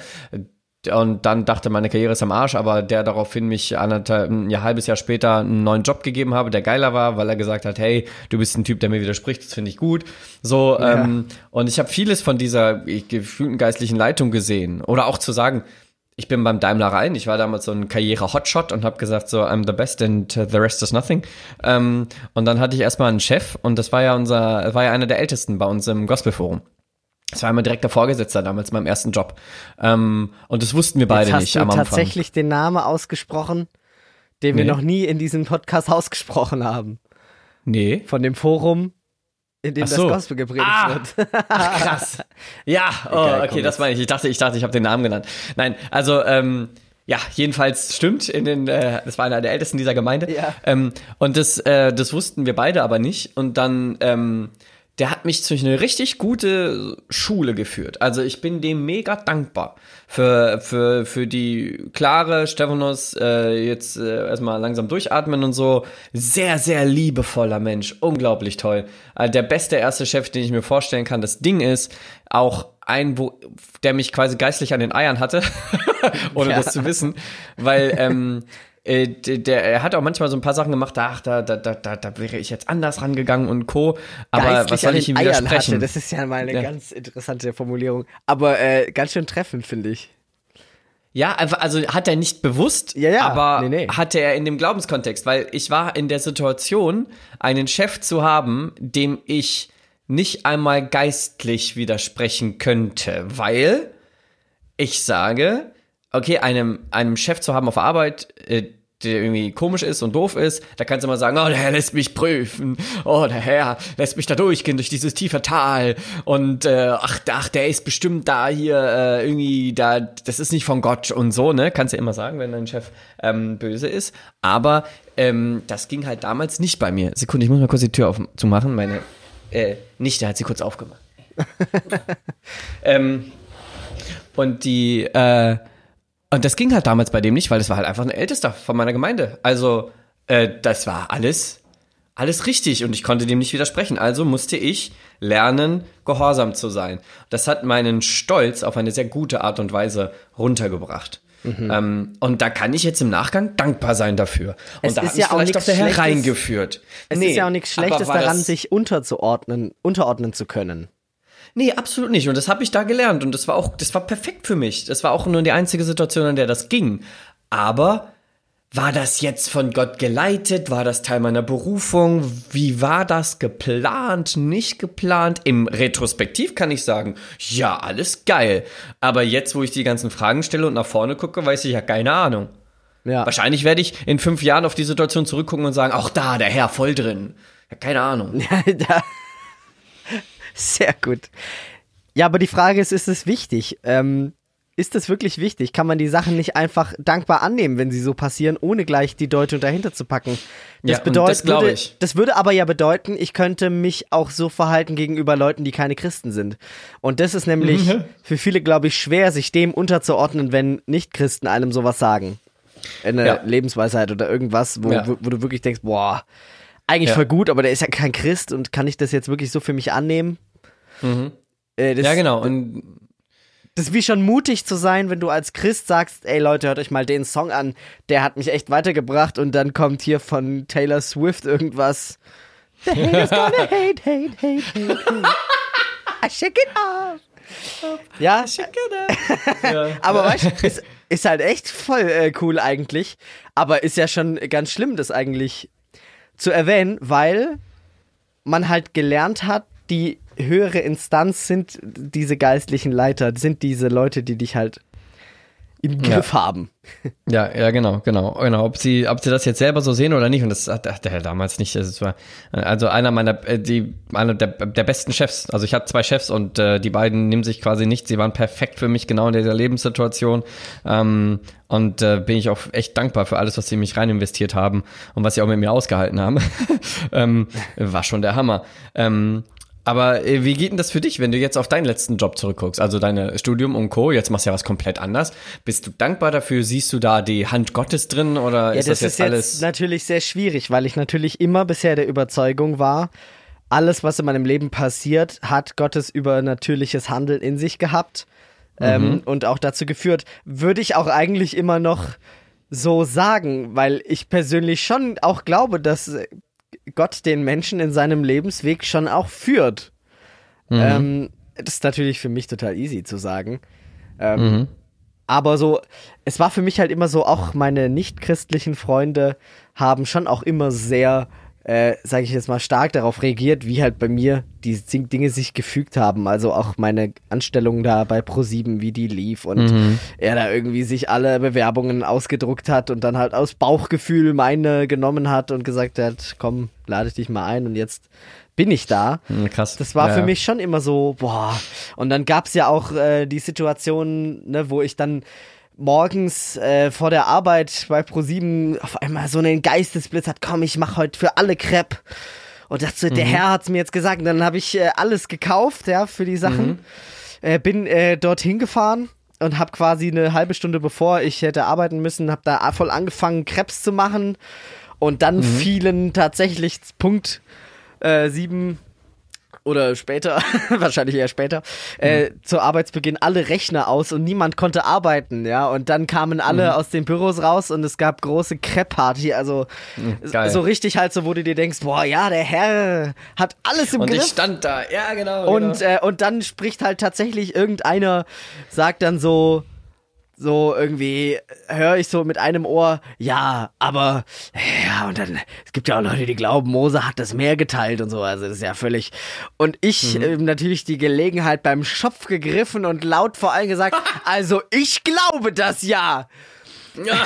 Und dann dachte, meine Karriere ist am Arsch, aber der daraufhin mich anderthalb, ein halbes Jahr später einen neuen Job gegeben habe, der geiler war, weil er gesagt hat, hey, du bist ein Typ, der mir widerspricht, das finde ich gut. So, ja. ähm, und ich habe vieles von dieser gefühlten geistlichen Leitung gesehen. Oder auch zu sagen, ich bin beim Daimler rein, ich war damals so ein Karriere-Hotshot und habe gesagt, so, I'm the best and the rest is nothing. Ähm, und dann hatte ich erstmal einen Chef und das war ja unser, war ja einer der Ältesten bei uns im Gospelforum. Das war mein direkter Vorgesetzter damals in meinem ersten Job. Ähm, und das wussten wir beide
Jetzt
nicht
hast
am
du
Anfang.
tatsächlich den Namen ausgesprochen, den wir
Nee.
noch nie in diesem Podcast ausgesprochen haben.
Nee.
Von dem Forum, in dem
Ach so.
das Gospel gepredigt
Ah.
wird.
Ach, krass. Ja, oh,
Egal,
okay,
komm
das
jetzt.
meine ich. Ich dachte, ich dachte, ich habe den Namen genannt. Nein, also, ähm, ja, jedenfalls stimmt, in den, äh, das war einer der Ältesten dieser Gemeinde.
Ja.
Ähm, und das, äh, das wussten wir beide aber nicht. Und dann, ähm, der hat mich durch eine richtig gute Schule geführt. Also ich bin dem mega dankbar für für für die klare Stephanos, äh, jetzt äh, erstmal langsam durchatmen und so. Sehr, sehr liebevoller Mensch. Unglaublich toll. Also der beste erste Chef, den ich mir vorstellen kann. Das Ding ist, auch ein, wo der mich quasi geistlich an den Eiern hatte, ohne
Ja.
das zu wissen. Weil ähm, äh, der, der, er hat auch manchmal so ein paar Sachen gemacht, ach, da, da, da, da, da wäre ich jetzt anders rangegangen und Co. Aber
Geistlich
was soll
an
ich
den
ihm
Eiern
widersprechen?
hatte. Das ist ja mal eine
Ja.
ganz interessante Formulierung. Aber äh, ganz schön treffend, finde ich.
Ja, einfach, also hat er nicht bewusst,
Ja, ja.
aber
Nee, nee.
hatte er in dem Glaubenskontext, weil ich war in der Situation, einen Chef zu haben, dem ich nicht einmal geistlich widersprechen könnte, weil ich sage, okay, einem, einem Chef zu haben auf der Arbeit, äh, der irgendwie komisch ist und doof ist, da kannst du mal sagen, oh, der Herr lässt mich prüfen, oh, der Herr lässt mich da durchgehen durch dieses tiefe Tal und äh, ach, ach, der ist bestimmt da hier äh, irgendwie, da, das ist nicht von Gott und so, ne, kannst du immer sagen, wenn dein Chef ähm, böse ist, aber ähm, das ging halt damals nicht bei mir. Sekunde, ich muss mal kurz die Tür aufzumachen, meine äh, Nichte hat sie kurz aufgemacht. ähm, und die, äh, Und das ging halt damals bei dem nicht, weil das war halt einfach ein Ältester von meiner Gemeinde. Also, äh, das war alles, alles richtig und ich konnte dem nicht widersprechen. Also musste ich lernen, gehorsam zu sein. Das hat meinen Stolz auf eine sehr gute Art und Weise runtergebracht. Mhm. Ähm, und da kann ich jetzt im Nachgang dankbar sein dafür. Und
Es
da
ist
hat mich
ja auch
vielleicht
nichts
auch der Herr
Schlechtes.
reingeführt.
Es
Nee,
ist ja auch nichts
aber
Schlechtes
war
daran,
das-
sich unterzuordnen, unterordnen zu können.
Nee, absolut nicht. Und das habe ich da gelernt. Und das war auch, das war perfekt für mich. Das war auch nur die einzige Situation, in der das ging. Aber war das jetzt von Gott geleitet? War das Teil meiner Berufung? Wie war das geplant? Nicht geplant? Im Retrospektiv kann ich sagen, ja, alles geil. Aber jetzt, wo ich die ganzen Fragen stelle und nach vorne gucke, weiß ich ja keine Ahnung.
Ja.
Wahrscheinlich werde ich in fünf Jahren auf die Situation zurückgucken und sagen, auch da, der Herr voll drin. Ja, keine Ahnung.
Da- Sehr gut. Ja, aber die Frage ist, ist es wichtig? Ähm, ist es wirklich wichtig? Kann man die Sachen nicht einfach dankbar annehmen, wenn sie so passieren, ohne gleich die Deutung dahinter zu packen? Das
Ja, und
bedeutet,
das glaube
würde,
ich.
das würde aber ja bedeuten, ich könnte mich auch so verhalten gegenüber Leuten, die keine Christen sind. Und das ist nämlich
Mhm.
für viele, glaube ich, schwer, sich dem unterzuordnen, wenn Nicht-Christen einem sowas sagen. Eine
Ja.
Lebensweisheit oder irgendwas, wo,
Ja.
wo, wo du wirklich denkst, boah, eigentlich
Ja.
voll gut, aber der ist ja kein Christ und kann ich das jetzt wirklich so für mich annehmen? Äh, das,
Ja, genau. Und
Das ist wie schon mutig zu sein, wenn du als Christ sagst, ey Leute, hört euch mal den Song an, der hat mich echt weitergebracht und dann kommt hier von Taylor Swift irgendwas. The haters gonna hate, hate, hate, hate, hate. I shake it off. Ja,
ja.
aber weißt du, ist, ist halt echt voll äh, cool eigentlich, aber ist ja schon ganz schlimm, das eigentlich zu erwähnen, weil man halt gelernt hat, die höhere Instanz sind diese geistlichen Leiter, sind diese Leute, die dich halt im Griff
ja.
haben.
Ja, ja, genau, genau, genau. Ob sie, ob sie das jetzt selber so sehen oder nicht, und das hat er damals nicht. Das war also einer meiner, die, einer der, der besten Chefs. Also ich hatte zwei Chefs und äh, die beiden nehmen sich quasi nicht. Sie waren perfekt für mich genau in dieser Lebenssituation. Ähm, und äh, bin ich auch echt dankbar für alles, was sie in mich rein investiert haben und was sie auch mit mir ausgehalten haben. ähm, war schon der Hammer. Ähm, Aber äh, wie geht denn das für dich, wenn du jetzt auf deinen letzten Job zurückguckst? Also dein Studium und Co., jetzt machst du ja was komplett anders. Bist du dankbar dafür? Siehst du da die Hand Gottes drin oder
ja,
ist das,
das
jetzt
ist jetzt
alles?
natürlich sehr schwierig, weil ich natürlich immer bisher der Überzeugung war, alles, was in meinem Leben passiert, hat Gottes übernatürliches Handeln in sich gehabt mhm. ähm, und auch dazu geführt. Würde ich auch eigentlich immer noch so sagen, weil ich persönlich schon auch glaube, dass Gott den Menschen in seinem Lebensweg schon auch führt. Mhm. Ähm, das ist natürlich für mich total easy zu sagen. Ähm, mhm. Aber so, es war für mich halt immer so, auch meine nicht-christlichen Freunde haben schon auch immer sehr, äh, sage ich jetzt mal, stark darauf reagiert, wie halt bei mir die Dinge sich gefügt haben. Also auch meine Anstellung da bei ProSieben, wie die lief und mhm. er da irgendwie sich alle Bewerbungen ausgedruckt hat und dann halt aus Bauchgefühl meine genommen hat und gesagt hat, komm, lade dich mal ein und jetzt bin ich da.
Krass.
Das war
ja,
für
ja.
mich schon immer so, boah. Und dann gab's ja auch äh, die Situation, ne, wo ich dann morgens äh, vor der Arbeit bei ProSieben auf einmal so einen Geistesblitz hat, komm, ich mach heute für alle Crepe. Und das, mhm. der Herr hat's mir jetzt gesagt. Und dann habe ich äh, alles gekauft, ja, für die Sachen. Mhm. Äh, bin äh, dorthin gefahren und habe quasi eine halbe Stunde bevor ich hätte arbeiten müssen, habe da voll angefangen, Crepes zu machen. Und dann mhm. fielen tatsächlich Punkt äh, sieben oder später, wahrscheinlich eher später, äh, mhm. zu Arbeitsbeginn alle Rechner aus und niemand konnte arbeiten, ja, und dann kamen alle mhm. aus den Büros raus und es gab große Crepe-Party, also mhm, so richtig halt so, wo du dir denkst, boah, ja, der Herr hat alles im
und
Griff.
Und ich stand da, ja, genau.
Und,
genau.
Äh, und dann spricht halt tatsächlich irgendeiner, sagt dann so, so irgendwie höre ich so mit einem Ohr, ja, aber, ja, und dann, es gibt ja auch Leute, die glauben, Mose hat das Meer geteilt und so, also das ist ja völlig, und ich mhm. äh, natürlich die Gelegenheit beim Schopf gegriffen und laut vor allem gesagt, also ich glaube das ja. Ja.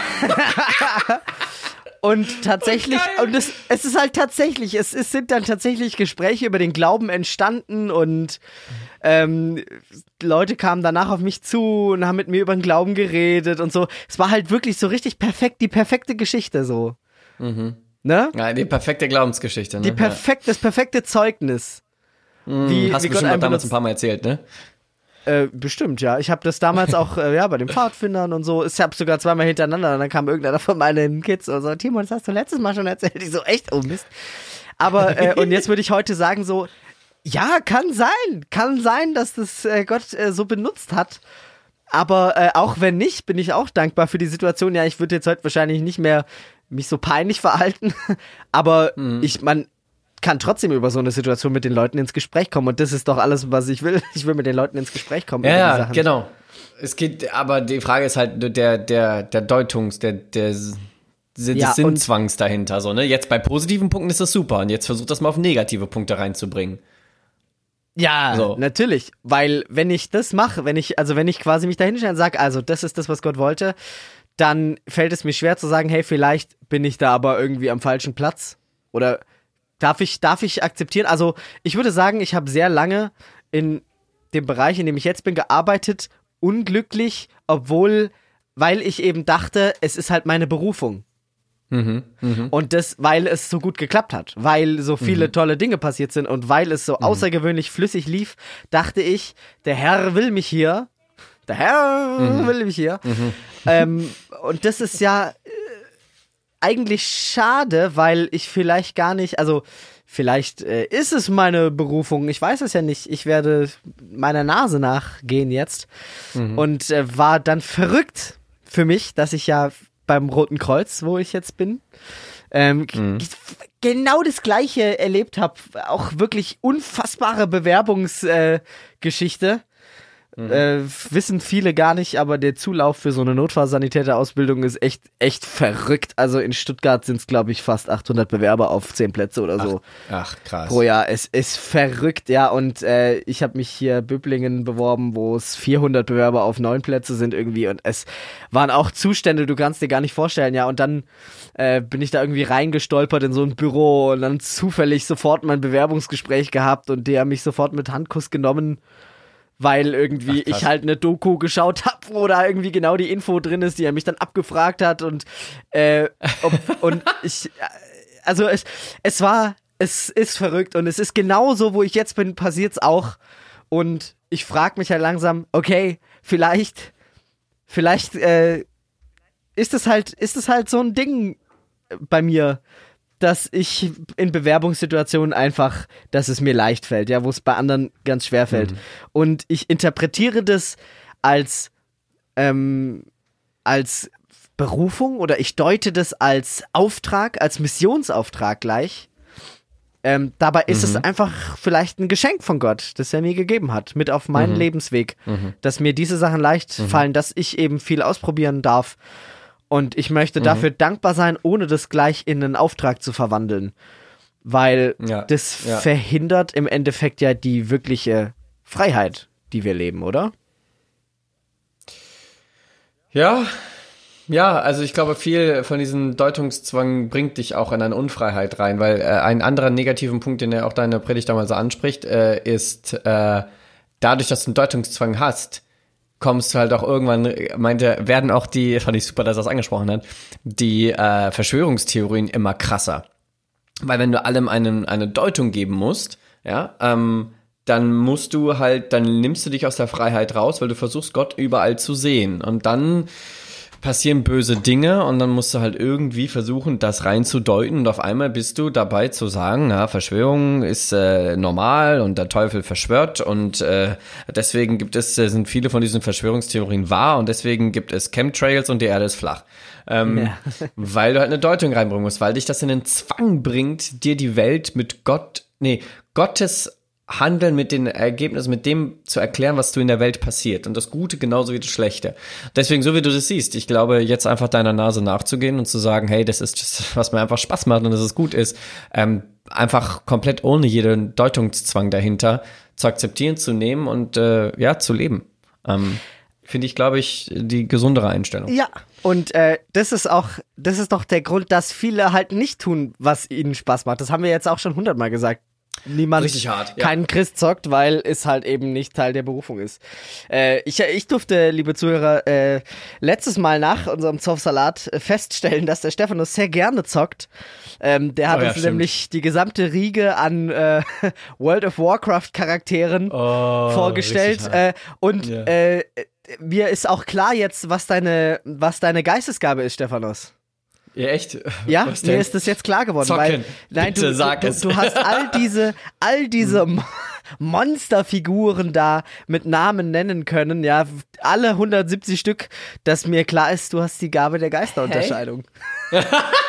Und tatsächlich, oh, und es, es ist halt tatsächlich, es, es sind dann tatsächlich Gespräche über den Glauben entstanden und ähm, Leute kamen danach auf mich zu und haben mit mir über den Glauben geredet und so. Es war halt wirklich so richtig perfekt, die perfekte Geschichte so.
Mhm.
Ne?
Ja, die perfekte Glaubensgeschichte, ne?
Die perfekt, das perfekte Zeugnis.
Mhm. Wie, Hast wie du bestimmt damals benutzt. Ein paar Mal erzählt, ne?
Äh, bestimmt, ja. Ich habe das damals auch äh, ja, bei den Pfadfindern und so. Ich habe sogar zweimal hintereinander und dann kam irgendeiner von meinen Kids und so, Timo, das hast du letztes Mal schon erzählt. Ich so, echt? Oh Mist. Aber, äh, und jetzt würde ich heute sagen so, ja, kann sein. Kann sein, dass das äh, Gott äh, so benutzt hat. Aber äh, auch wenn nicht, bin ich auch dankbar für die Situation. Ja, ich würde jetzt heute wahrscheinlich nicht mehr mich so peinlich verhalten. Aber mhm. ich, man kann trotzdem über so eine Situation mit den Leuten ins Gespräch kommen. Und das ist doch alles, was ich will. Ich will mit den Leuten ins Gespräch kommen.
Ja, ja, genau. Es geht, aber die Frage ist halt der, der, der Deutungs, der, der, des ja, Sinnzwangs dahinter. So, ne? Jetzt bei positiven Punkten ist das super. Und jetzt versucht das mal auf negative Punkte reinzubringen.
Ja, so. Natürlich. Weil wenn ich das mache, wenn ich, also wenn ich quasi mich dahinstelle und sage, also das ist das, was Gott wollte, dann fällt es mir schwer zu sagen, hey, vielleicht bin ich da aber irgendwie am falschen Platz. Oder Darf ich, darf ich akzeptieren? Also ich würde sagen, ich habe sehr lange in dem Bereich, in dem ich jetzt bin, gearbeitet, unglücklich, obwohl, weil ich eben dachte, es ist halt meine Berufung.
Mhm, mh.
Und das, weil es so gut geklappt hat, weil so viele mhm. tolle Dinge passiert sind und weil es so mhm. außergewöhnlich flüssig lief, dachte ich, der Herr will mich hier, der Herr mhm. will mich hier. Mhm. Ähm, und das ist ja eigentlich schade, weil ich vielleicht gar nicht, also vielleicht äh, ist es meine Berufung, ich weiß es ja nicht, ich werde meiner Nase nachgehen jetzt mhm. und äh, war dann verrückt für mich, dass ich ja beim Roten Kreuz, wo ich jetzt bin, ähm, mhm. g- genau das Gleiche erlebt habe, auch wirklich unfassbare Bewerbungsgeschichte, äh, Mhm. Äh, wissen viele gar nicht, aber der Zulauf für so eine Notfallsanitäterausbildung ist echt, echt verrückt. Also in Stuttgart sind es, glaube ich, fast achthundert Bewerber auf zehn Plätze oder so.
Ach, ach krass.
Pro Jahr. Es ist verrückt, ja. Und äh, ich habe mich hier Böblingen beworben, wo es vierhundert Bewerber auf neun Plätze sind irgendwie. Und es waren auch Zustände, du kannst dir gar nicht vorstellen, ja. Und dann äh, bin ich da irgendwie reingestolpert in so ein Büro und dann zufällig sofort mein Bewerbungsgespräch gehabt und die haben mich sofort mit Handkuss genommen. Weil irgendwie Ach, ich halt eine Doku geschaut habe, wo da irgendwie genau die Info drin ist, die er mich dann abgefragt hat und äh, ob, und ich, also es, es war, es ist verrückt und es ist genauso, wo ich jetzt bin, passiert's auch und ich frage mich halt langsam, okay, vielleicht, vielleicht äh, ist es halt, ist es halt so ein Ding bei mir, dass ich in Bewerbungssituationen einfach, dass es mir leicht fällt, ja, wo es bei anderen ganz schwer fällt. Mhm. Und ich interpretiere das als, ähm, als Berufung oder ich deute das als Auftrag, als Missionsauftrag gleich. Ähm, dabei ist mhm. es einfach vielleicht ein Geschenk von Gott, das er mir gegeben hat, mit auf meinen mhm. Lebensweg, mhm. dass mir diese Sachen leicht mhm. fallen, dass ich eben viel ausprobieren darf. Und ich möchte mhm. dafür dankbar sein, ohne das gleich in einen Auftrag zu verwandeln. Weil ja, das ja. verhindert im Endeffekt ja die wirkliche Freiheit, die wir leben, oder?
Ja, ja, also ich glaube, viel von diesem Deutungszwang bringt dich auch in eine Unfreiheit rein, weil äh, ein anderer negativen Punkt, den er auch deine Predigt damals so anspricht, äh, ist, äh, dadurch, dass du einen Deutungszwang hast, kommst du halt auch irgendwann, meinte, werden auch die, fand ich super, dass er das angesprochen hat, die äh, Verschwörungstheorien immer krasser. Weil wenn du allem einen, eine Deutung geben musst, ja, ähm, dann musst du halt, dann nimmst du dich aus der Freiheit raus, weil du versuchst, Gott überall zu sehen. Und dann passieren böse Dinge und dann musst du halt irgendwie versuchen, das reinzudeuten und auf einmal bist du dabei zu sagen, ja, Verschwörung ist äh, normal und der Teufel verschwört und äh, deswegen gibt es, äh, sind viele von diesen Verschwörungstheorien wahr und deswegen gibt es Chemtrails und die Erde ist flach. Ähm, ja. Weil du halt eine Deutung reinbringen musst, weil dich das in den Zwang bringt, dir die Welt mit Gott, nee, Gottes Handeln mit den Ergebnissen, mit dem zu erklären, was du in der Welt passiert. Und das Gute genauso wie das Schlechte. Deswegen, so wie du das siehst, ich glaube, jetzt einfach deiner Nase nachzugehen und zu sagen, hey, das ist das, was mir einfach Spaß macht und dass es gut ist, ähm, einfach komplett ohne jeden Deutungszwang dahinter zu akzeptieren, zu nehmen und äh, ja, zu leben. Ähm, finde ich, glaube ich, die gesundere Einstellung.
Ja, und äh, das ist auch, das ist doch der Grund, dass viele halt nicht tun, was ihnen Spaß macht. Das haben wir jetzt auch schon hundertmal gesagt. Niemand,
richtig hart, ja.
keinen Christ zockt, weil es halt eben nicht Teil der Berufung ist. Äh, ich, ich durfte, liebe Zuhörer, äh, letztes Mal nach unserem Zoff-Salat feststellen, dass der Stephanus sehr gerne zockt. Ähm, der hat oh, ja, uns stimmt. nämlich die gesamte Riege an äh, World of Warcraft Charakteren oh, vorgestellt. Äh, und ja. äh, mir ist auch klar jetzt, was deine, was deine Geistesgabe ist, Stephanus.
Ja, echt?
Ja, mir ist das jetzt klar geworden,
Zocken.
weil nein,
Bitte,
du,
sag
du,
es.
du hast all diese, all diese Monsterfiguren da mit Namen nennen können, ja, alle hundertsiebzig Stück, dass mir klar ist, du hast die Gabe der Geisterunterscheidung.
Hey?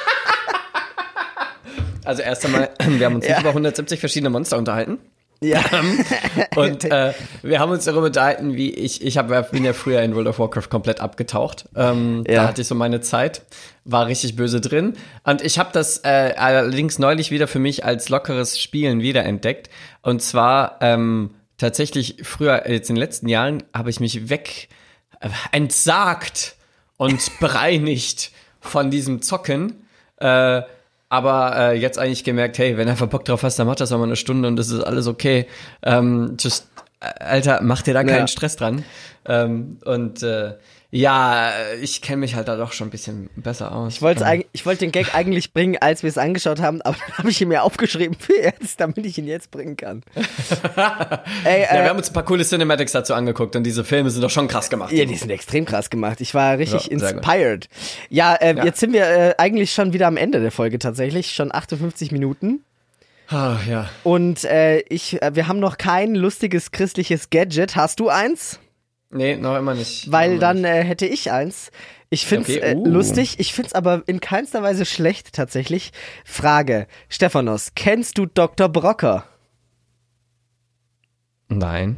Also erst einmal, wir haben uns ja. über hundertsiebzig verschiedene Monster unterhalten.
Ja.
Und äh, wir haben uns darüber unterhalten, wie ich, ich hab, bin ja früher in World of Warcraft komplett abgetaucht. Ähm, ja. Da hatte ich so meine Zeit, war richtig böse drin. Und ich habe das äh, allerdings neulich wieder für mich als lockeres Spielen wiederentdeckt. Und zwar ähm, tatsächlich früher, jetzt in den letzten Jahren, habe ich mich weg äh, entsagt und bereinigt von diesem Zocken. Äh, Aber äh, jetzt eigentlich gemerkt, hey, wenn du einfach Bock drauf hast, dann mach das auch mal eine Stunde und das ist alles okay. Ähm, just, äh, Alter, mach dir da keinen ja. Stress dran. Ähm, und äh, ja, ich kenne mich halt da doch schon ein bisschen besser aus.
Ich wollte ähm. ich wollte den Gag eigentlich bringen, als wir es angeschaut haben, aber dann habe ich ihn mir aufgeschrieben für jetzt, damit ich ihn jetzt bringen kann.
Ey, ja, äh, wir haben uns ein paar coole Cinematics dazu angeguckt und diese Filme sind doch schon krass gemacht.
Ja, die sind extrem krass gemacht. Ich war richtig ja, inspired. Ja, äh, ja, jetzt sind wir äh, eigentlich schon wieder am Ende der Folge tatsächlich, schon achtundfünfzig Minuten.
Ah, ja.
Und äh, ich, äh, wir haben noch kein lustiges christliches Gadget. Hast du eins?
Nee, noch immer nicht.
Weil
immer
dann
nicht.
Äh, hätte ich eins. Ich find's okay, uh. äh, lustig, ich find's aber in keinster Weise schlecht tatsächlich. Frage, Stephanus, kennst du Doktor Brocker?
Nein.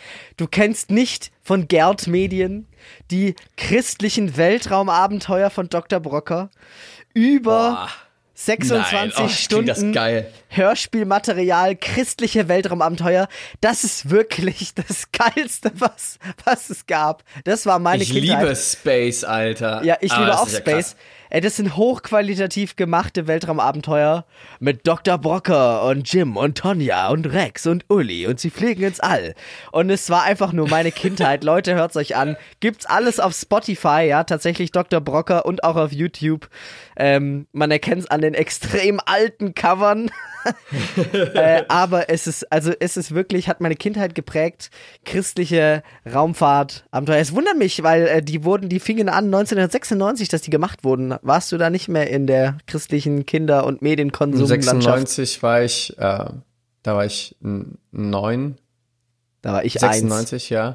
Du kennst nicht von Gerd Medien die christlichen Weltraumabenteuer von Doktor Brocker über
Boah.
sechsundzwanzig
Nein. Oh, klingt das
Stunden
geil.
Hörspielmaterial, christliche Weltraumabenteuer. Das ist wirklich das Geilste, was, was es gab. Das war meine
Ich
Kindheit.
liebe Space, Alter.
Ja, ich
Ah,
liebe
das
auch
ist ja
Space.
krass.
Ey, das sind hochqualitativ gemachte Weltraumabenteuer mit Doktor Brocker und Jim und Tonja und Rex und Uli und sie fliegen ins All. Und es war einfach nur meine Kindheit. Leute, hört's euch an. Gibt's alles auf Spotify, ja, tatsächlich Doktor Brocker und auch auf YouTube. Ähm, man erkennt's an den extrem alten Covern. äh, aber es ist, also es ist wirklich, hat meine Kindheit geprägt. Christliche Raumfahrt, Abenteuer. Es wundert mich, weil äh, die wurden, die fingen an neunzehnhundertsechsundneunzig, dass die gemacht wurden. Warst du da nicht mehr in der christlichen Kinder- und Medienkonsumlandschaft?
sechsundneunzig war ich, äh, da war ich n- neun.
Da war ich
sechsundneunzig, ja.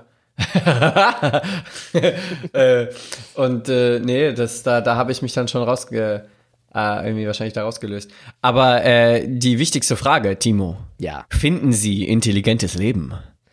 äh, und äh, nee, das, da, da habe ich mich dann schon rausge... Äh, irgendwie wahrscheinlich da rausgelöst. Aber äh, die wichtigste Frage, Timo.
eins. Ja.
Finden Sie intelligentes Leben?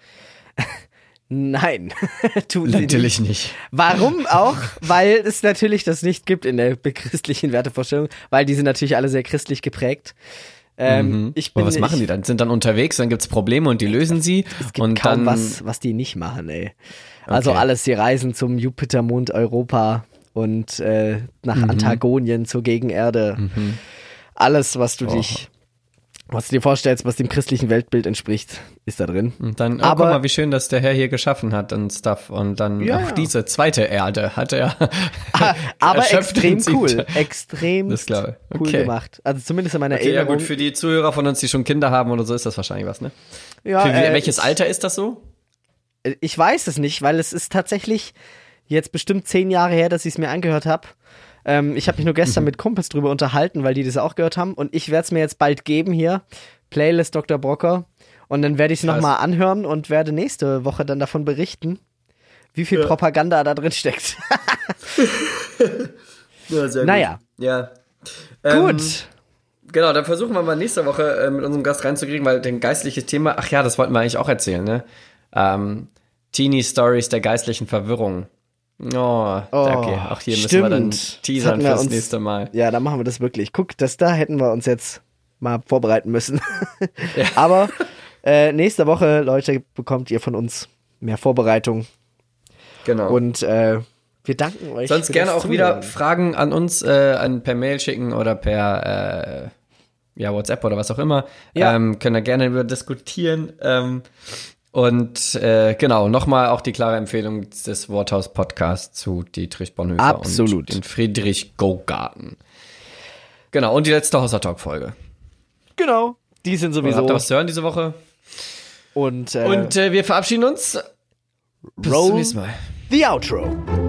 Nein, tun sie
Natürlich
nicht.
nicht.
Warum auch? Weil es natürlich das nicht gibt in der christlichen Wertevorstellung, weil die sind natürlich alle sehr christlich geprägt. Ähm,
Mhm.
ich bin,
Aber was machen
ich,
die dann? Sind dann unterwegs, dann gibt's Probleme und die lösen sie.
Es gibt
und
kaum
dann
was, was die nicht machen, ey. Also
Okay.
alles, die reisen zum Jupitermond Europa und äh, nach
Mhm.
Antagonien zur Gegenerde. Alles, was du
Oh.
dich, was du dir vorstellst, was dem christlichen Weltbild entspricht, ist da drin.
Und dann, oh,
Aber-
guck mal, wie schön, dass der Herr hier geschaffen hat und Stuff. Und dann
Ja,
auch
ja.
diese zweite Erde hat er.
Aber
erschöpft
extrem
und sieht.
cool. Extrem
Das glaube ich.
cool
Okay.
gemacht. Also zumindest in meiner
Okay, ja
Erinnerung.
gut, für die Zuhörer von uns, die schon Kinder haben oder so, ist das wahrscheinlich was, ne?
Ja,
Für
äh,
welches Alter ist das so?
Ich weiß es nicht, weil es ist tatsächlich jetzt bestimmt zehn Jahre her, dass ich es mir angehört habe. Ähm, ich habe mich nur gestern mit Kumpels drüber unterhalten, weil die das auch gehört haben. Und ich werde es mir jetzt bald geben hier. Playlist Doktor Brocker. Und dann werde ich es
Krass.
nochmal anhören und werde nächste Woche dann davon berichten, wie viel
Ja.
Propaganda da drin steckt.
Ja, sehr
Naja.
Ja. Ähm,
Gut.
Genau, dann versuchen wir mal nächste Woche äh, mit unserem Gast reinzukriegen, weil den geistliches Thema, ach ja, das wollten wir eigentlich auch erzählen, ne? Ähm, Teenie Stories der geistlichen Verwirrung. Oh, okay, auch hier müssen wir dann
stimmt. Das
teasern
hatten wir
fürs
uns-
nächste Mal.
Ja, dann machen wir das wirklich. Guck, das da hätten wir uns jetzt mal vorbereiten müssen. Aber äh, nächste Woche, Leute, bekommt ihr von uns mehr Vorbereitung.
Genau.
Und äh, wir danken euch.
Sonst
für
gerne
das
auch wieder
Zuhören.
Fragen an uns, äh, an, per Mail schicken oder per äh, ja, WhatsApp oder was auch immer.
Ja.
Ähm, können da gerne über diskutieren. Ähm, und äh, genau, nochmal auch die klare Empfehlung des Worthaus-Podcasts zu Dietrich Bonhoeffer
Absolut.
und den Friedrich Gogarten. Genau, und die letzte Hossa-Talk-Folge.
Genau. Die sind sowieso.
Habt ihr was zu hören diese Woche?
Und, äh,
Und äh, wir verabschieden uns. Bis
Roll
zum nächsten Mal.
the outro.